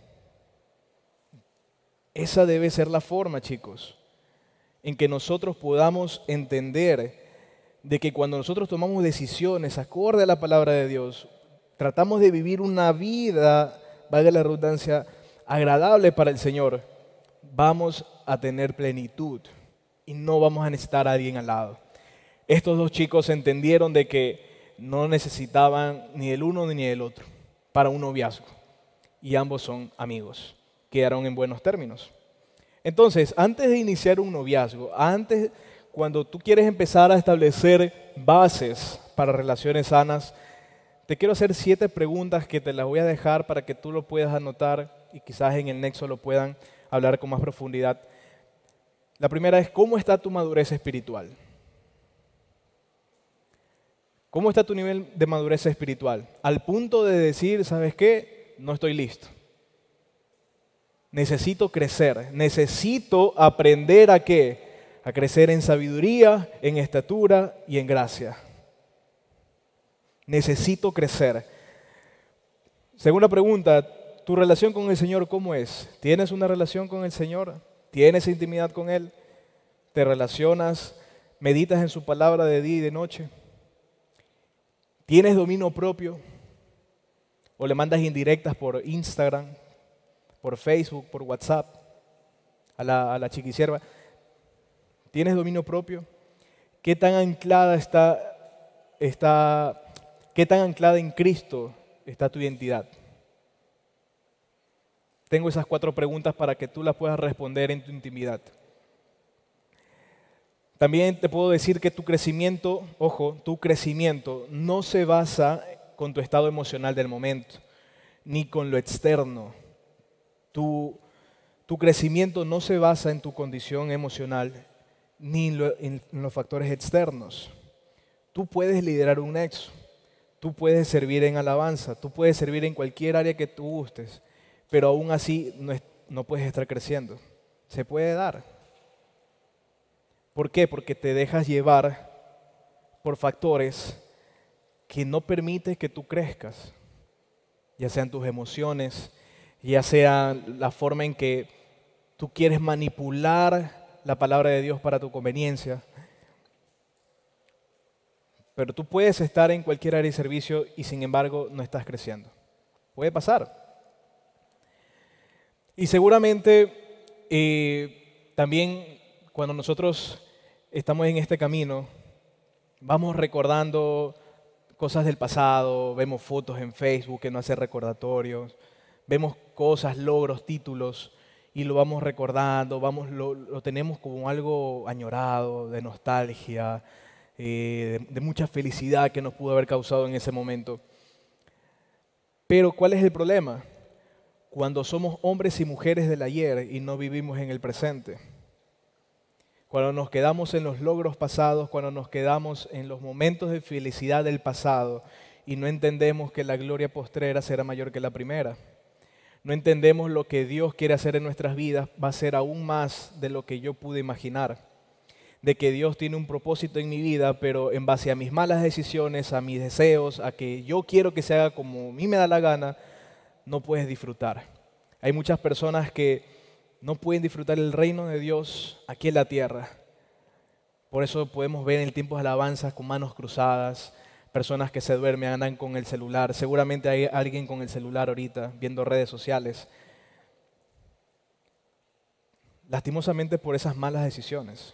Esa debe ser la forma, chicos, en que nosotros podamos entender de que cuando nosotros tomamos decisiones acorde a la palabra de Dios, tratamos de vivir una vida, valga la redundancia, agradable para el Señor, vamos a tener plenitud. y no vamos a necesitar a alguien al lado. Estos dos chicos entendieron de que no necesitaban ni el uno ni el otro para un noviazgo y ambos son amigos, quedaron en buenos términos. Entonces, antes de iniciar un noviazgo, antes, cuando tú quieres empezar a establecer bases para relaciones sanas, te quiero hacer siete preguntas que te las voy a dejar para que tú lo puedas anotar y quizás en el nexo lo puedan hablar con más profundidad. La primera es, ¿cómo está tu madurez espiritual? ¿Cómo está tu nivel de madurez espiritual? Al punto de decir, ¿sabes qué? No estoy listo. Necesito crecer, necesito aprender a qué? A crecer en sabiduría, en estatura y en gracia. Necesito crecer. Segunda pregunta, ¿tu relación con el Señor cómo es? ¿Tienes una relación con el Señor? ¿Tienes intimidad con Él? ¿Te relacionas? ¿Meditas en su palabra de día y de noche? ¿Tienes dominio propio? ¿O le mandas indirectas por Instagram, por Facebook, por WhatsApp a la, a la chiquisierva? ¿Tienes dominio propio? ¿Qué tan anclada está, está, qué tan anclada en Cristo está tu identidad? Tengo esas cuatro preguntas para que tú las puedas responder en tu intimidad. También te puedo decir que tu crecimiento, ojo, tu crecimiento no se basa con tu estado emocional del momento, ni con lo externo. Tu, tu crecimiento no se basa en tu condición emocional, ni en, lo, en, en los factores externos. Tú puedes liderar un nexo, tú puedes servir en alabanza, tú puedes servir en cualquier área que tú gustes, pero aún así no, es, no puedes estar creciendo. Se puede dar. ¿Por qué? Porque te dejas llevar por factores que no permiten que tú crezcas, ya sean tus emociones, ya sea la forma en que tú quieres manipular la palabra de Dios para tu conveniencia. Pero tú puedes estar en cualquier área de servicio y sin embargo no estás creciendo. Puede pasar. Y seguramente eh, también cuando nosotros estamos en este camino, vamos recordando cosas del pasado, vemos fotos en Facebook que nos hacen recordatorios, vemos cosas, logros, títulos y lo vamos recordando, vamos, lo, lo tenemos como algo añorado, de nostalgia, eh, de, de mucha felicidad que nos pudo haber causado en ese momento. Pero ¿cuál es el problema? Cuando somos hombres y mujeres del ayer y no vivimos en el presente. Cuando nos quedamos en los logros pasados, cuando nos quedamos en los momentos de felicidad del pasado y no entendemos que la gloria postrera será mayor que la primera. No entendemos lo que Dios quiere hacer en nuestras vidas, va a ser aún más de lo que yo pude imaginar. De que Dios tiene un propósito en mi vida, pero en base a mis malas decisiones, a mis deseos, a que yo quiero que se haga como a mí me da la gana, no puedes disfrutar. Hay muchas personas que no pueden disfrutar el reino de Dios aquí en la tierra. Por eso podemos ver en el tiempo de alabanza con manos cruzadas, personas que se duermen, andan con el celular. Seguramente hay alguien con el celular ahorita viendo redes sociales. Lastimosamente por esas malas decisiones.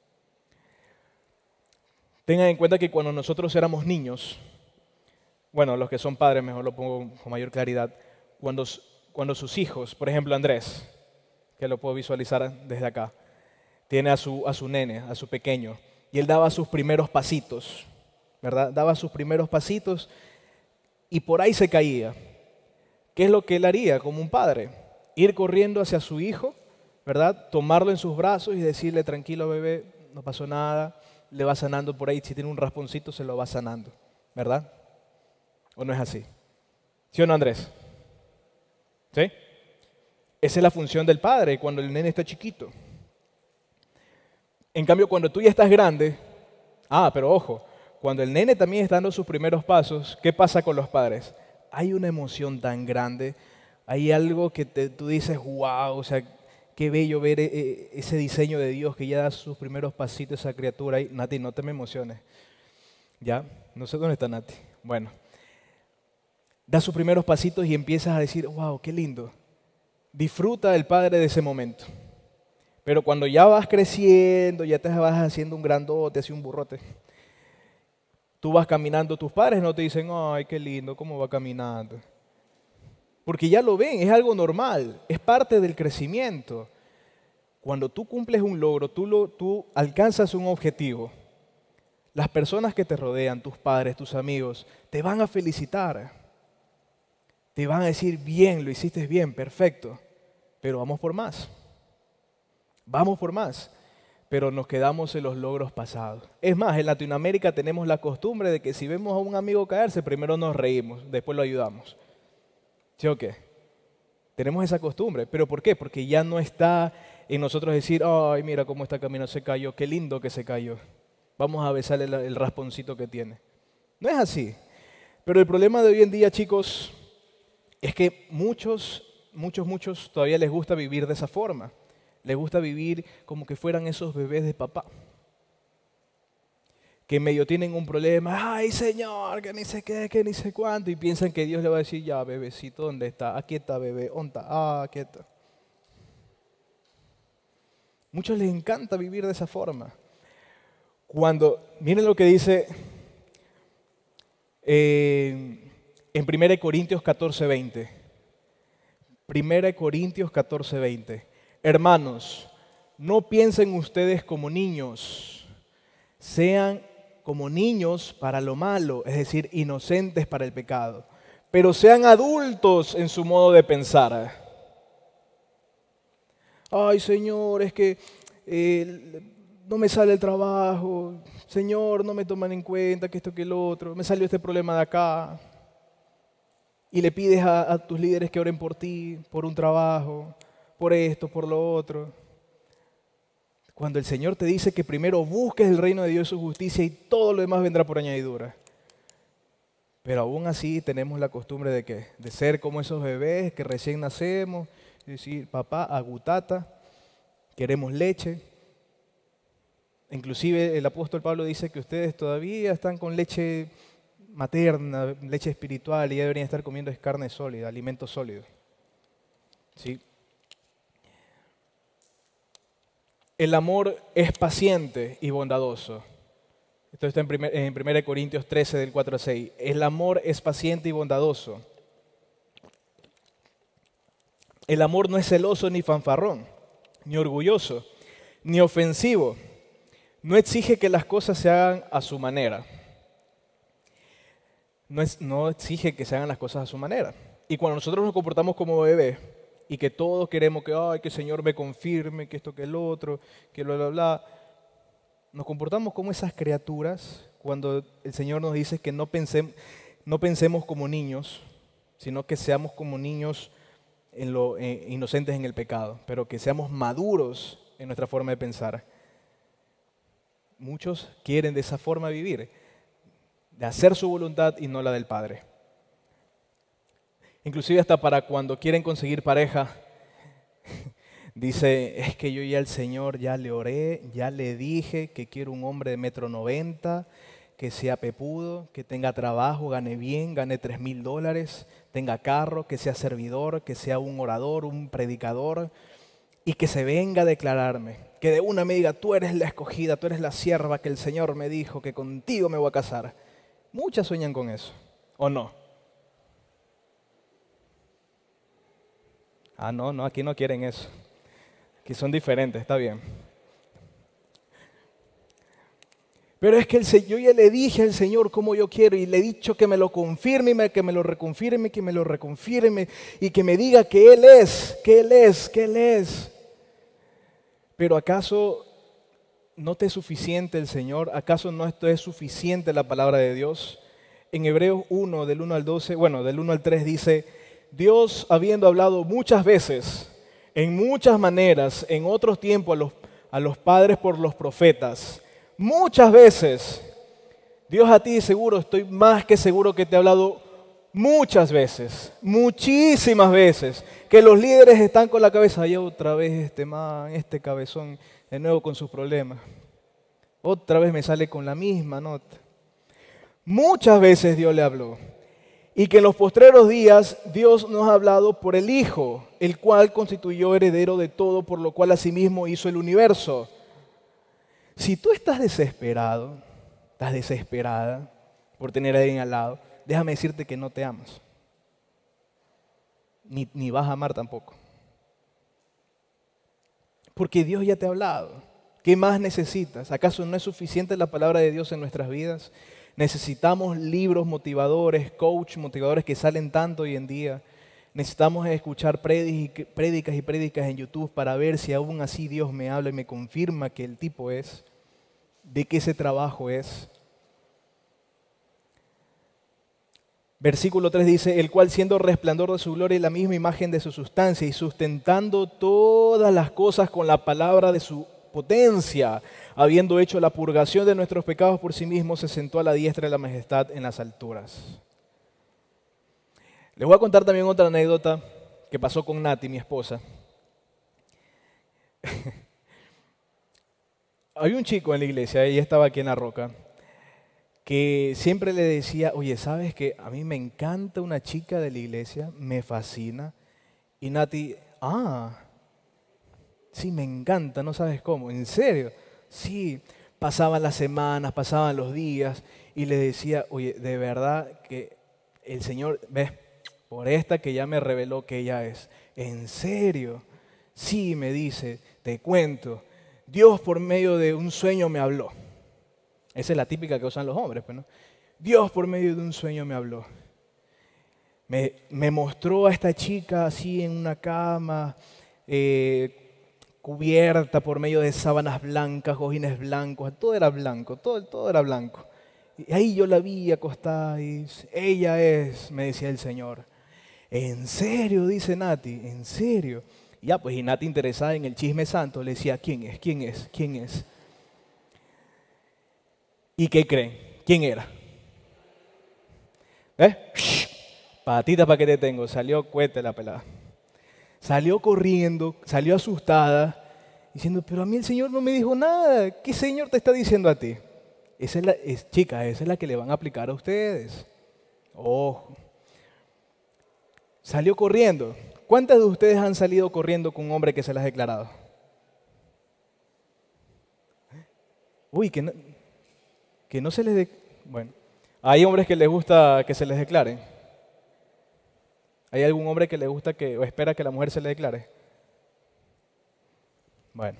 Tengan en cuenta que cuando nosotros éramos niños, bueno, los que son padres, mejor lo pongo con mayor claridad, cuando, cuando sus hijos, por ejemplo Andrés, que lo puedo visualizar desde acá, tiene a su, a su nene, a su pequeño, y él daba sus primeros pasitos, ¿verdad? Daba sus primeros pasitos y por ahí se caía. ¿Qué es lo que él haría como un padre? Ir corriendo hacia su hijo, ¿verdad? Tomarlo en sus brazos y decirle, tranquilo bebé, no pasó nada, le va sanando por ahí, si tiene un rasponcito se lo va sanando, ¿verdad? ¿O no es así? ¿Sí o no, Andrés? ¿Sí? Esa es la función del padre cuando el nene está chiquito. En cambio, cuando tú ya estás grande, ah, pero ojo, cuando el nene también está dando sus primeros pasos, ¿qué pasa con los padres? Hay una emoción tan grande, hay algo que te, tú dices, wow, o sea, qué bello ver eh, ese diseño de Dios que ya da sus primeros pasitos a esa criatura. Y, Nati, no te me emociones. ¿Ya? No sé dónde está Nati. Bueno, da sus primeros pasitos y empiezas a decir, wow, qué lindo. Disfruta el padre de ese momento. Pero cuando ya vas creciendo, ya te vas haciendo un grandote, así un burrote, tú vas caminando, tus padres no te dicen, ay, qué lindo, cómo va caminando. Porque ya lo ven, es algo normal, es parte del crecimiento. Cuando tú cumples un logro, tú, lo, tú alcanzas un objetivo, las personas que te rodean, tus padres, tus amigos, te van a felicitar. Te van a decir, bien, lo hiciste bien, perfecto, pero vamos por más. Vamos por más, pero nos quedamos en los logros pasados. Es más, en Latinoamérica tenemos la costumbre de que si vemos a un amigo caerse, primero nos reímos, después lo ayudamos. ¿Sí o qué? Tenemos esa costumbre. ¿Pero por qué? Porque ya no está en nosotros decir, ay, mira cómo está caminando, se cayó, qué lindo que se cayó. Vamos a besarle el rasponcito que tiene. No es así. Pero el problema de hoy en día, chicos, es que muchos, muchos, muchos todavía les gusta vivir de esa forma. Les gusta vivir como que fueran esos bebés de papá. Que medio tienen un problema, ay Señor, que ni sé qué, que ni sé cuánto, y piensan que Dios le va a decir, ya bebecito, ¿dónde está? Aquí está bebé, ¿dónde está? Ah, aquí está. Muchos les encanta vivir de esa forma. Cuando, miren lo que dice eh, en primera Corintios catorce, veinte. primera Corintios catorce, veinte. Hermanos, no piensen ustedes como niños, sean como niños para lo malo, es decir, inocentes para el pecado, pero sean adultos en su modo de pensar. Ay, Señor, es que eh, no me sale el trabajo, Señor, no me toman en cuenta que esto que el otro, me salió este problema de acá. Y le pides a, a tus líderes que oren por ti, por un trabajo, por esto, por lo otro. Cuando el Señor te dice que primero busques el reino de Dios y su justicia y todo lo demás vendrá por añadidura. Pero aún así tenemos la costumbre de que de ser como esos bebés que recién nacemos, y decir, papá, agutata, queremos leche. Inclusive el apóstol Pablo dice que ustedes todavía están con leche materna, leche espiritual, y ya deberían estar comiendo carne sólida, alimento sólido. ¿Sí? El amor es paciente y bondadoso. Esto está en, primer, en primera Corintios trece, del cuatro al seis. El amor es paciente y bondadoso. El amor no es celoso ni fanfarrón, ni orgulloso, ni ofensivo. No exige que las cosas se hagan a su manera. No, es, no exige que se hagan las cosas a su manera. Y cuando nosotros nos comportamos como bebés, y que todos queremos que, ay, que el Señor me confirme, que esto, que el otro, que bla, bla, bla. Nos comportamos como esas criaturas cuando el Señor nos dice que no pensemos, no pensemos como niños, sino que seamos como niños en lo, eh, inocentes en el pecado, pero que seamos maduros en nuestra forma de pensar. Muchos quieren de esa forma vivir, de hacer su voluntad y no la del Padre. Inclusive hasta para cuando quieren conseguir pareja, dice, es que yo ya al Señor ya le oré, ya le dije que quiero un hombre de metro noventa, que sea pepudo, que tenga trabajo, gane bien, gane tres mil dólares, tenga carro, que sea servidor, que sea un orador, un predicador, y que se venga a declararme, que de una me diga, tú eres la escogida, tú eres la sierva que el Señor me dijo, que contigo me voy a casar. Muchas sueñan con eso, ¿o no? Ah, no, no, aquí no quieren eso. Aquí son diferentes, está bien. Pero es que el, yo ya le dije al Señor cómo yo quiero y le he dicho que me lo confirme, que me lo reconfirme, que me lo reconfirme y que me diga que Él es, que Él es, que Él es. Pero ¿acaso no te es suficiente el Señor? ¿Acaso no esto es suficiente la palabra de Dios? En Hebreos uno, del uno al doce, bueno, del uno al tres dice, Dios habiendo hablado muchas veces, en muchas maneras, en otros tiempos a los, a los padres por los profetas, muchas veces, Dios a ti seguro, estoy más que seguro que te ha hablado muchas veces, muchísimas veces, que los líderes están con la cabeza, ahí otra vez este man, este cabezón, de nuevo con sus problemas. Otra vez me sale con la misma nota. Muchas veces Dios le habló. Y que en los postreros días Dios nos ha hablado por el Hijo, el cual constituyó heredero de todo, por lo cual asimismo hizo el universo. Si tú estás desesperado, estás desesperada por tener a alguien al lado, déjame decirte que no te amas. Ni, ni vas a amar tampoco. Porque Dios ya te ha hablado. ¿Qué más necesitas? ¿Acaso no es suficiente la palabra de Dios en nuestras vidas? Necesitamos libros motivadores, coach motivadores que salen tanto hoy en día. Necesitamos escuchar prédicas y prédicas en YouTube para ver si aún así Dios me habla y me confirma que el tipo es, de que ese trabajo es. Versículo tres dice, el cual siendo resplandor de su gloria y la misma imagen de su sustancia y sustentando todas las cosas con la palabra de su potencia, habiendo hecho la purgación de nuestros pecados por sí mismo, se sentó a la diestra de la majestad en las alturas. Les voy a contar también otra anécdota que pasó con Nati, mi esposa. Había un chico en la iglesia, ella estaba aquí en La Roca, que siempre le decía, oye, ¿sabes qué? A mí me encanta una chica de la iglesia, me fascina. Y Nati, ah, sí, me encanta, no sabes cómo, ¿en serio? Sí, pasaban las semanas, pasaban los días y le decía, oye, de verdad que el Señor, ves, por esta que ya me reveló que ella es. ¿En serio? Sí, me dice, te cuento, Dios por medio de un sueño me habló. Esa es la típica que usan los hombres, pues, ¿no? Dios por medio de un sueño me habló. Me, me mostró a esta chica así en una cama, eh, cubierta por medio de sábanas blancas, cojines blancos, todo era blanco, todo, todo era blanco. Y ahí yo la vi acostada y ella es, me decía el Señor. ¿En serio? Dice Nati, ¿en serio? Y ya, pues y Nati interesada en el chisme santo le decía, ¿quién es? ¿Quién es? ¿Quién es? ¿Y qué creen? ¿Quién era? ¿Eh? Patita para que te tengo, salió cuete la pelada. Salió corriendo, salió asustada, diciendo, pero a mí el Señor no me dijo nada. ¿Qué Señor te está diciendo a ti? Esa es la, es, chica, esa es la que le van a aplicar a ustedes. Ojo. Salió corriendo. ¿Cuántas de ustedes han salido corriendo con un hombre que se las ha declarado? Uy, que no, que no se les... De... Bueno, hay hombres que les gusta que se les declaren. ¿Hay algún hombre que le gusta que o espera que la mujer se le declare? Bueno.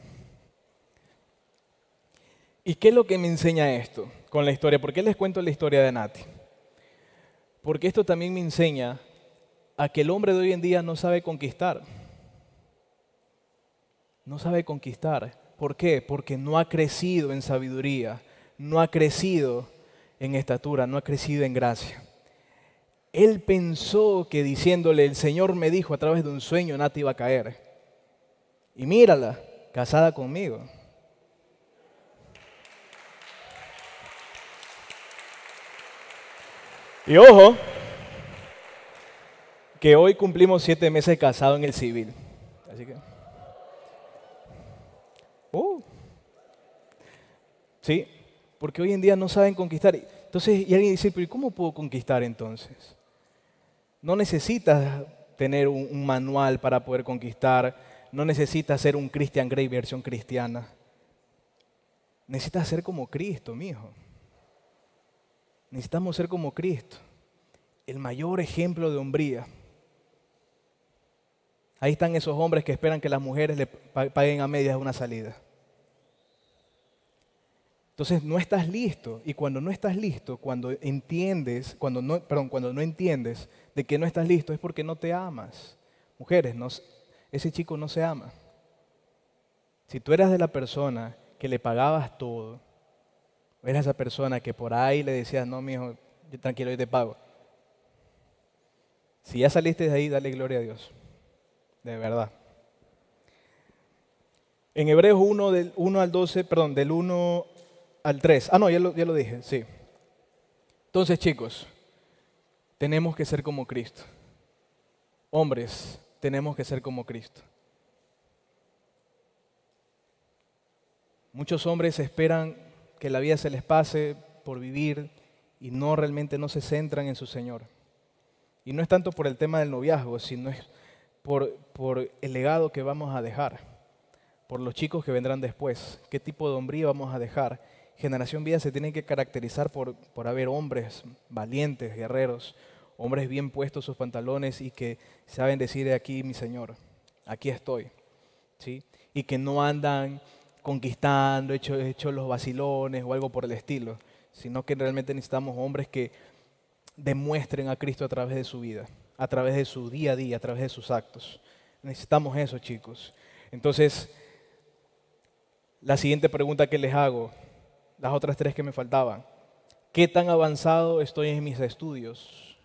¿Y qué es lo que me enseña esto con la historia? ¿Por qué les cuento la historia de Nati? Porque esto también me enseña a que el hombre de hoy en día no sabe conquistar. No sabe conquistar. ¿Por qué? Porque no ha crecido en sabiduría, no ha crecido en estatura, no ha crecido en gracia. Él pensó que diciéndole, el Señor me dijo a través de un sueño, Nati iba a caer. Y mírala, casada conmigo. Y ojo, que hoy cumplimos siete meses casados en el civil. Así que... Uh, sí, porque hoy en día no saben conquistar. Entonces, y alguien dice, pero ¿y cómo puedo conquistar entonces? No necesitas tener un, un manual para poder conquistar. No necesitas ser un Christian Grey versión cristiana. Necesitas ser como Cristo, mijo. Necesitamos ser como Cristo. El mayor ejemplo de hombría. Ahí están esos hombres que esperan que las mujeres le paguen a medias una salida. Entonces no estás listo. Y cuando no estás listo, cuando entiendes, cuando no, perdón, cuando no entiendes de que no estás listo es porque no te amas. Mujeres, no, ese chico no se ama. Si tú eras de la persona que le pagabas todo, eras esa persona que por ahí le decías, no, mijo, yo tranquilo, yo te pago. Si ya saliste de ahí, dale gloria a Dios. De verdad. En Hebreos uno, del uno al doce, perdón, del uno al tres. Ah, no, ya lo, ya lo dije, sí. Entonces, chicos, tenemos que ser como Cristo. Hombres, tenemos que ser como Cristo. Muchos hombres esperan que la vida se les pase por vivir y no realmente no se centran en su Señor. Y no es tanto por el tema del noviazgo, sino es por, por el legado que vamos a dejar, por los chicos que vendrán después, qué tipo de hombría vamos a dejar. Generación Vida se tiene que caracterizar por, por haber hombres valientes, guerreros, hombres bien puestos sus pantalones y que saben decir aquí mi Señor, aquí estoy, ¿sí? Y que no andan conquistando, hechos hecho los vacilones o algo por el estilo, sino que realmente necesitamos hombres que demuestren a Cristo a través de su vida, a través de su día a día, a través de sus actos. Necesitamos eso, chicos. Entonces, la siguiente pregunta que les hago, las otras tres que me faltaban, ¿qué tan avanzado estoy en mis estudios?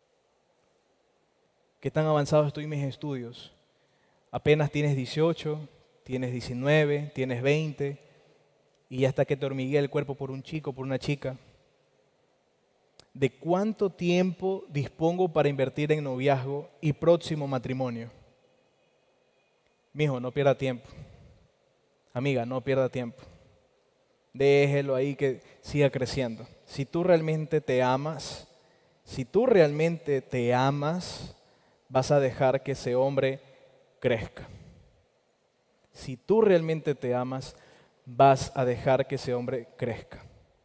¿Qué tan avanzado estoy en mis estudios? Apenas tienes dieciocho, tienes diecinueve, tienes veinte, y hasta que te hormiguea el cuerpo por un chico, por una chica. ¿De cuánto tiempo dispongo para invertir en noviazgo y próximo matrimonio? Mijo, no pierda tiempo. Amiga, no pierda tiempo. Déjelo ahí que siga creciendo. Si tú realmente te amas, si tú realmente te amas, vas a dejar que ese hombre crezca. Si tú realmente te amas, vas a dejar que ese hombre crezca.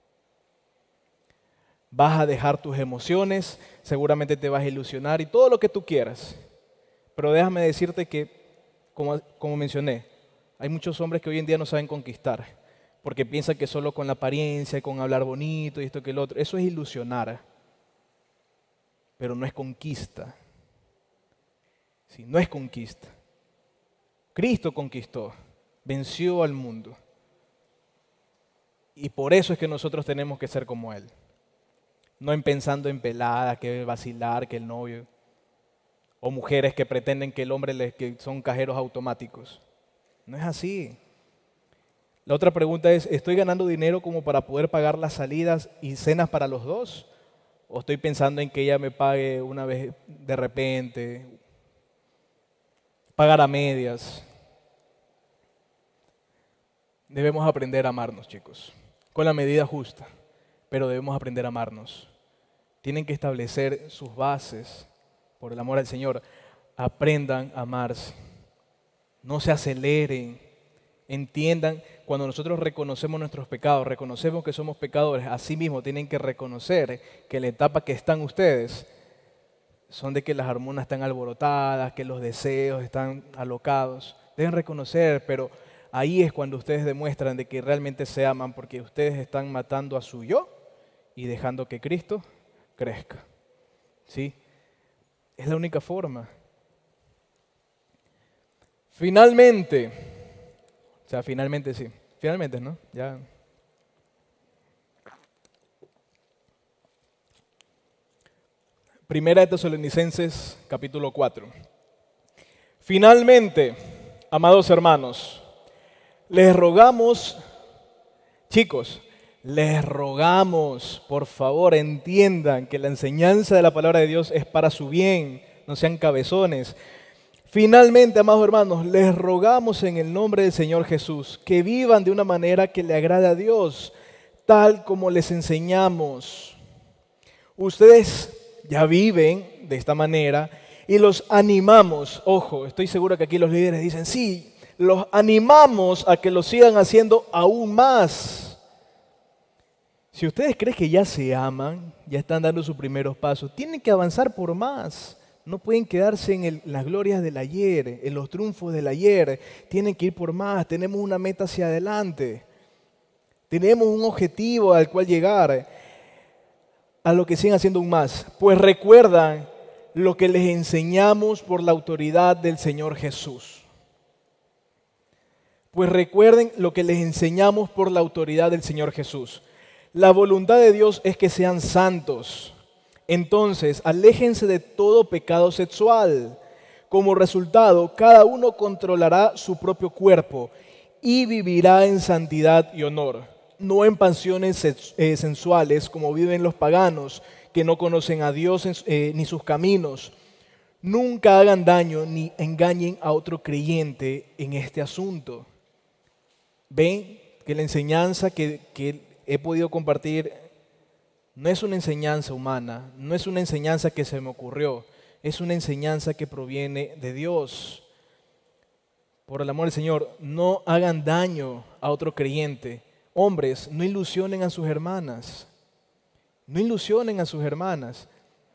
Vas a dejar tus emociones, seguramente te vas a ilusionar y todo lo que tú quieras. Pero déjame decirte que, como, como mencioné, hay muchos hombres que hoy en día no saben conquistar, porque piensan que solo con la apariencia, con hablar bonito y esto que el otro, eso es ilusionar, pero no es conquista. Sí, no es conquista. Cristo conquistó, venció al mundo. Y por eso es que nosotros tenemos que ser como Él. No en pensando en pelada, que vacilar, que el novio. O mujeres que pretenden que el hombre les, que son cajeros automáticos. No es así. La otra pregunta es, ¿estoy ganando dinero como para poder pagar las salidas y cenas para los dos? ¿O estoy pensando en que ella me pague una vez de repente? Pagar a medias. Debemos aprender a amarnos, chicos, con la medida justa, pero debemos aprender a amarnos. Tienen que establecer sus bases, por el amor al Señor. Aprendan a amarse. No se aceleren. Entiendan, cuando nosotros reconocemos nuestros pecados, reconocemos que somos pecadores, así mismo tienen que reconocer que la etapa que están ustedes son de que las hormonas están alborotadas, que los deseos están alocados. Deben reconocer, pero ahí es cuando ustedes demuestran de que realmente se aman, porque ustedes están matando a su yo y dejando que Cristo crezca. ¿Sí? Es la única forma. Finalmente, o sea, finalmente sí, finalmente, ¿no? Ya. Primera de Tesalonicenses, capítulo cuatro. Finalmente, amados hermanos, les rogamos, chicos, les rogamos, por favor, entiendan que la enseñanza de la palabra de Dios es para su bien, no sean cabezones. Finalmente, amados hermanos, les rogamos en el nombre del Señor Jesús que vivan de una manera que le agrade a Dios, tal como les enseñamos. Ustedes ya viven de esta manera y los animamos. Ojo, estoy seguro que aquí los líderes dicen, sí, los animamos a que lo sigan haciendo aún más. Si ustedes creen que ya se aman, ya están dando sus primeros pasos, tienen que avanzar por más. No pueden quedarse en el, las glorias del ayer, en los triunfos del ayer. Tienen que ir por más. Tenemos una meta hacia adelante. Tenemos un objetivo al cual llegar. A lo que siguen haciendo aún más. Pues recuerdan lo que les enseñamos por la autoridad del Señor Jesús. Pues recuerden lo que les enseñamos por la autoridad del Señor Jesús. La voluntad de Dios es que sean santos. Entonces, aléjense de todo pecado sexual. Como resultado, cada uno controlará su propio cuerpo y vivirá en santidad y honor, no en pasiones eh, sensuales como viven los paganos que no conocen a Dios eh, ni sus caminos. Nunca hagan daño ni engañen a otro creyente en este asunto. Ven que la enseñanza que, que he podido compartir No es una enseñanza humana, no es una enseñanza que se me ocurrió, es una enseñanza que proviene de Dios. Por el amor del Señor, no hagan daño a otro creyente. Hombres, no ilusionen a sus hermanas. No ilusionen a sus hermanas.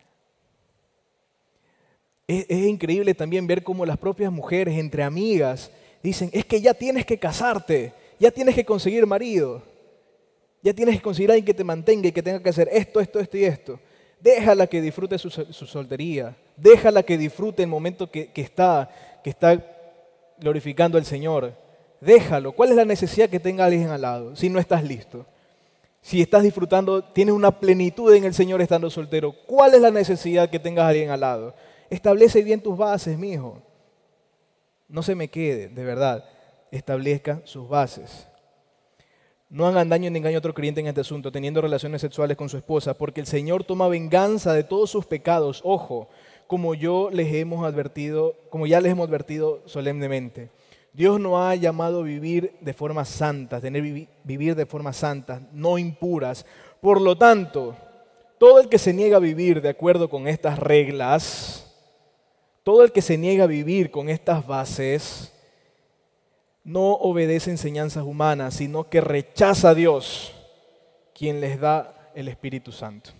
Es, es increíble también ver cómo las propias mujeres, entre amigas, dicen, es que ya tienes que casarte, ya tienes que conseguir marido, ya tienes que conseguir a alguien que te mantenga y que tenga que hacer esto, esto, esto y esto. Déjala que disfrute su, su soltería, déjala que disfrute el momento que, que, está, que está glorificando al Señor. Déjalo. ¿Cuál es la necesidad que tenga alguien al lado si no estás listo? Si estás disfrutando, tienes una plenitud en el Señor estando soltero, ¿cuál es la necesidad que tengas a alguien al lado? Establece bien tus bases, mi hijo. No se me quede, de verdad. Establezca sus bases. No hagan daño ni engaño a otro creyente en este asunto, teniendo relaciones sexuales con su esposa, porque el Señor toma venganza de todos sus pecados. Ojo, como yo les hemos advertido, como ya les hemos advertido solemnemente. Dios nos ha llamado a vivir de forma santa, tener vivi- vivir de forma santa, no impuras. Por lo tanto, todo el que se niega a vivir de acuerdo con estas reglas, todo el que se niega a vivir con estas bases, no obedece enseñanzas humanas, sino que rechaza a Dios, quien les da el Espíritu Santo.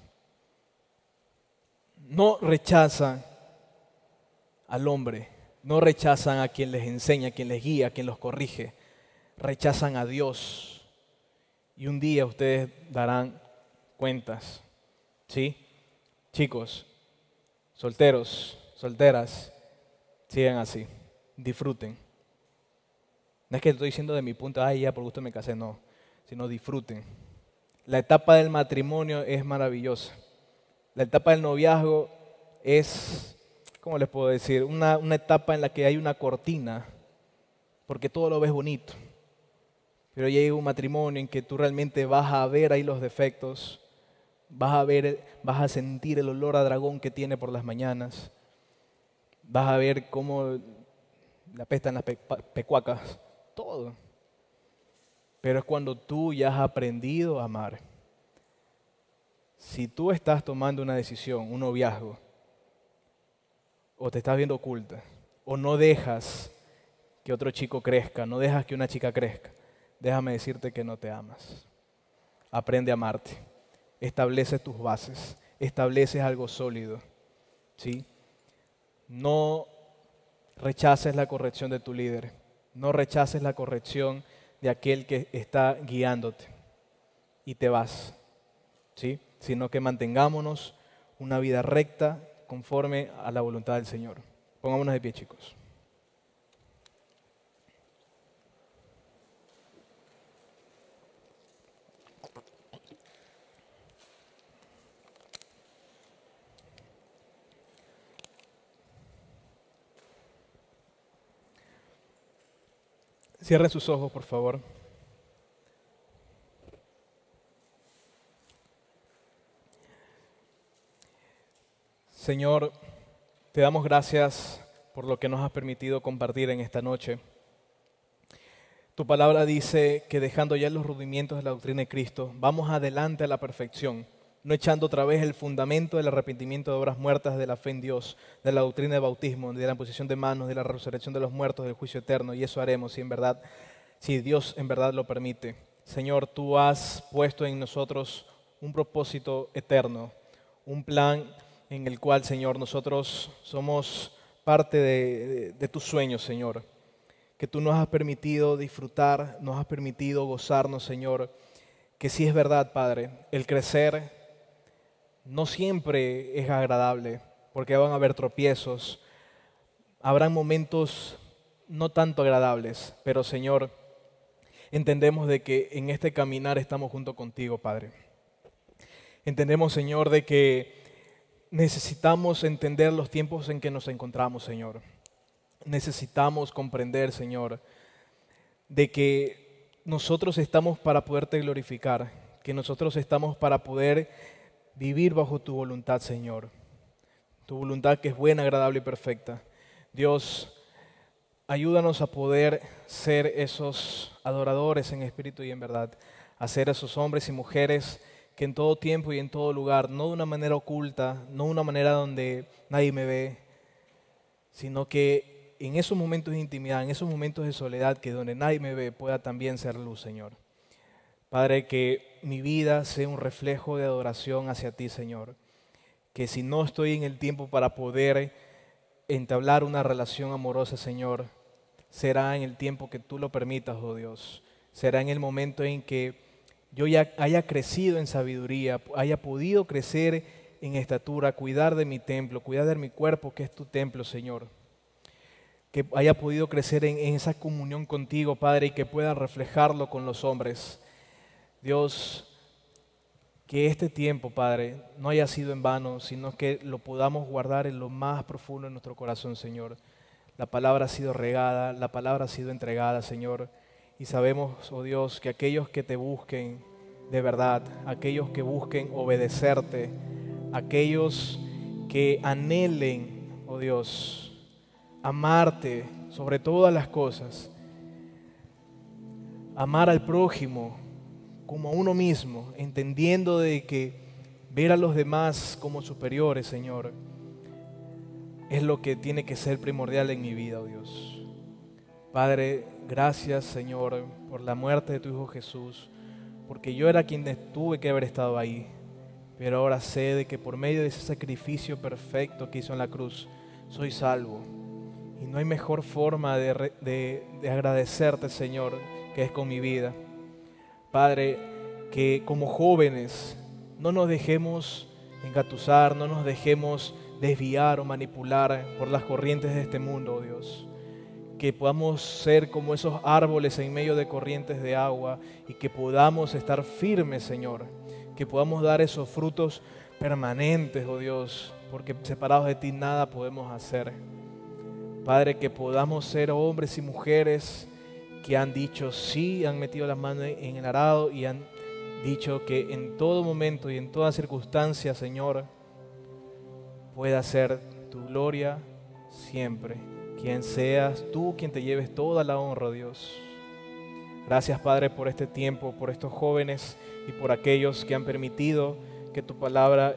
No rechazan al hombre, no rechazan a quien les enseña, a quien les guía, a quien los corrige. Rechazan a Dios. Y un día ustedes darán cuentas. ¿Sí? Chicos, solteros, solteras, sigan así. Disfruten. No es que estoy diciendo de mi punto, ay, ya por gusto me casé, no. Sino disfruten. La etapa del matrimonio es maravillosa. La etapa del noviazgo es, ¿cómo les puedo decir? Una, una etapa en la que hay una cortina, porque todo lo ves bonito. Pero llega un matrimonio en que tú realmente vas a ver ahí los defectos, vas a ver, vas a sentir el olor a dragón que tiene por las mañanas, vas a ver cómo le apestan las pe- pecuacas, todo. Pero es cuando tú ya has aprendido a amar. Si tú estás tomando una decisión, un noviazgo, o te estás viendo oculta, o no dejas que otro chico crezca, no dejas que una chica crezca, déjame decirte que no te amas. Aprende a amarte. Establece tus bases. Estableces algo sólido. ¿Sí? No rechaces la corrección de tu líder. No rechaces la corrección de aquel que está guiándote. Y te vas. ¿Sí? Sino que mantengámonos una vida recta conforme a la voluntad del Señor. Pongámonos de pie, chicos. Cierren sus ojos, por favor. Señor, te damos gracias por lo que nos has permitido compartir en esta noche. Tu palabra dice que dejando ya los rudimientos de la doctrina de Cristo, vamos adelante a la perfección, no echando otra vez el fundamento del arrepentimiento de obras muertas de la fe en Dios, de la doctrina de bautismo, de la imposición de manos, de la resurrección de los muertos, del juicio eterno, y eso haremos si en verdad, si Dios en verdad lo permite. Señor, tú has puesto en nosotros un propósito eterno, un plan en el cual, Señor, nosotros somos parte de, de, de tus sueños, Señor, que tú nos has permitido disfrutar, nos has permitido gozarnos, Señor, que sí es verdad, Padre, el crecer no siempre es agradable, porque van a haber tropiezos, habrán momentos no tanto agradables, pero, Señor, entendemos de que en este caminar estamos junto contigo, Padre. Entendemos, Señor, de que necesitamos entender los tiempos en que nos encontramos, Señor. Necesitamos comprender, Señor, de que nosotros estamos para poderte glorificar, que nosotros estamos para poder vivir bajo tu voluntad, Señor. Tu voluntad que es buena, agradable y perfecta. Dios, ayúdanos a poder ser esos adoradores en espíritu y en verdad, a ser esos hombres y mujeres que en todo tiempo y en todo lugar, no de una manera oculta, no de una manera donde nadie me ve, sino que en esos momentos de intimidad, en esos momentos de soledad, que donde nadie me ve, pueda también ser luz, Señor. Padre, que mi vida sea un reflejo de adoración hacia ti, Señor. Que si no estoy en el tiempo para poder entablar una relación amorosa, Señor, será en el tiempo que tú lo permitas, oh Dios. Será en el momento en que yo ya haya crecido en sabiduría, haya podido crecer en estatura, cuidar de mi templo, cuidar de mi cuerpo, que es tu templo, Señor. Que haya podido crecer en, en esa comunión contigo, Padre, y que pueda reflejarlo con los hombres. Dios, que este tiempo, Padre, no haya sido en vano, sino que lo podamos guardar en lo más profundo de nuestro corazón, Señor. La palabra ha sido regada, la palabra ha sido entregada, Señor. Y sabemos, oh Dios, que aquellos que te busquen de verdad, aquellos que busquen obedecerte, aquellos que anhelen, oh Dios, amarte sobre todas las cosas, amar al prójimo como a uno mismo, entendiendo de que ver a los demás como superiores, Señor, es lo que tiene que ser primordial en mi vida, oh Dios. Padre, gracias, Señor, por la muerte de tu Hijo Jesús, porque yo era quien tuve que haber estado ahí, pero ahora sé de que por medio de ese sacrificio perfecto que hizo en la cruz, soy salvo. Y no hay mejor forma de, re, de, de agradecerte, Señor, que es con mi vida. Padre, que como jóvenes no nos dejemos engatusar, no nos dejemos desviar o manipular por las corrientes de este mundo, oh Dios. Que podamos ser como esos árboles en medio de corrientes de agua y que podamos estar firmes, Señor. Que podamos dar esos frutos permanentes, oh Dios, porque separados de ti nada podemos hacer. Padre, que podamos ser hombres y mujeres que han dicho sí, han metido las manos en el arado y han dicho que en todo momento y en toda circunstancia, Señor, pueda ser tu gloria siempre. Quien seas tú quien te lleves toda la honra, Dios. Gracias, Padre, por este tiempo, por estos jóvenes y por aquellos que han permitido que tu palabra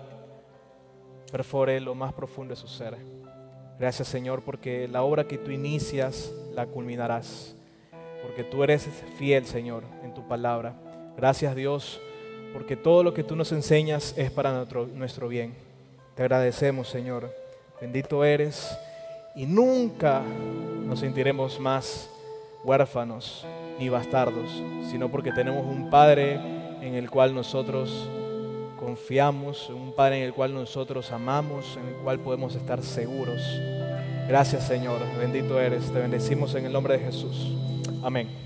perfore lo más profundo de su ser. Gracias, Señor, porque la obra que tú inicias la culminarás, porque tú eres fiel, Señor, en tu palabra. Gracias, Dios, porque todo lo que tú nos enseñas es para nuestro, nuestro bien. Te agradecemos, Señor. Bendito eres. Y nunca nos sentiremos más huérfanos ni bastardos, sino porque tenemos un Padre en el cual nosotros confiamos, un Padre en el cual nosotros amamos, en el cual podemos estar seguros. Gracias, Señor. Bendito eres. Te bendecimos en el nombre de Jesús. Amén.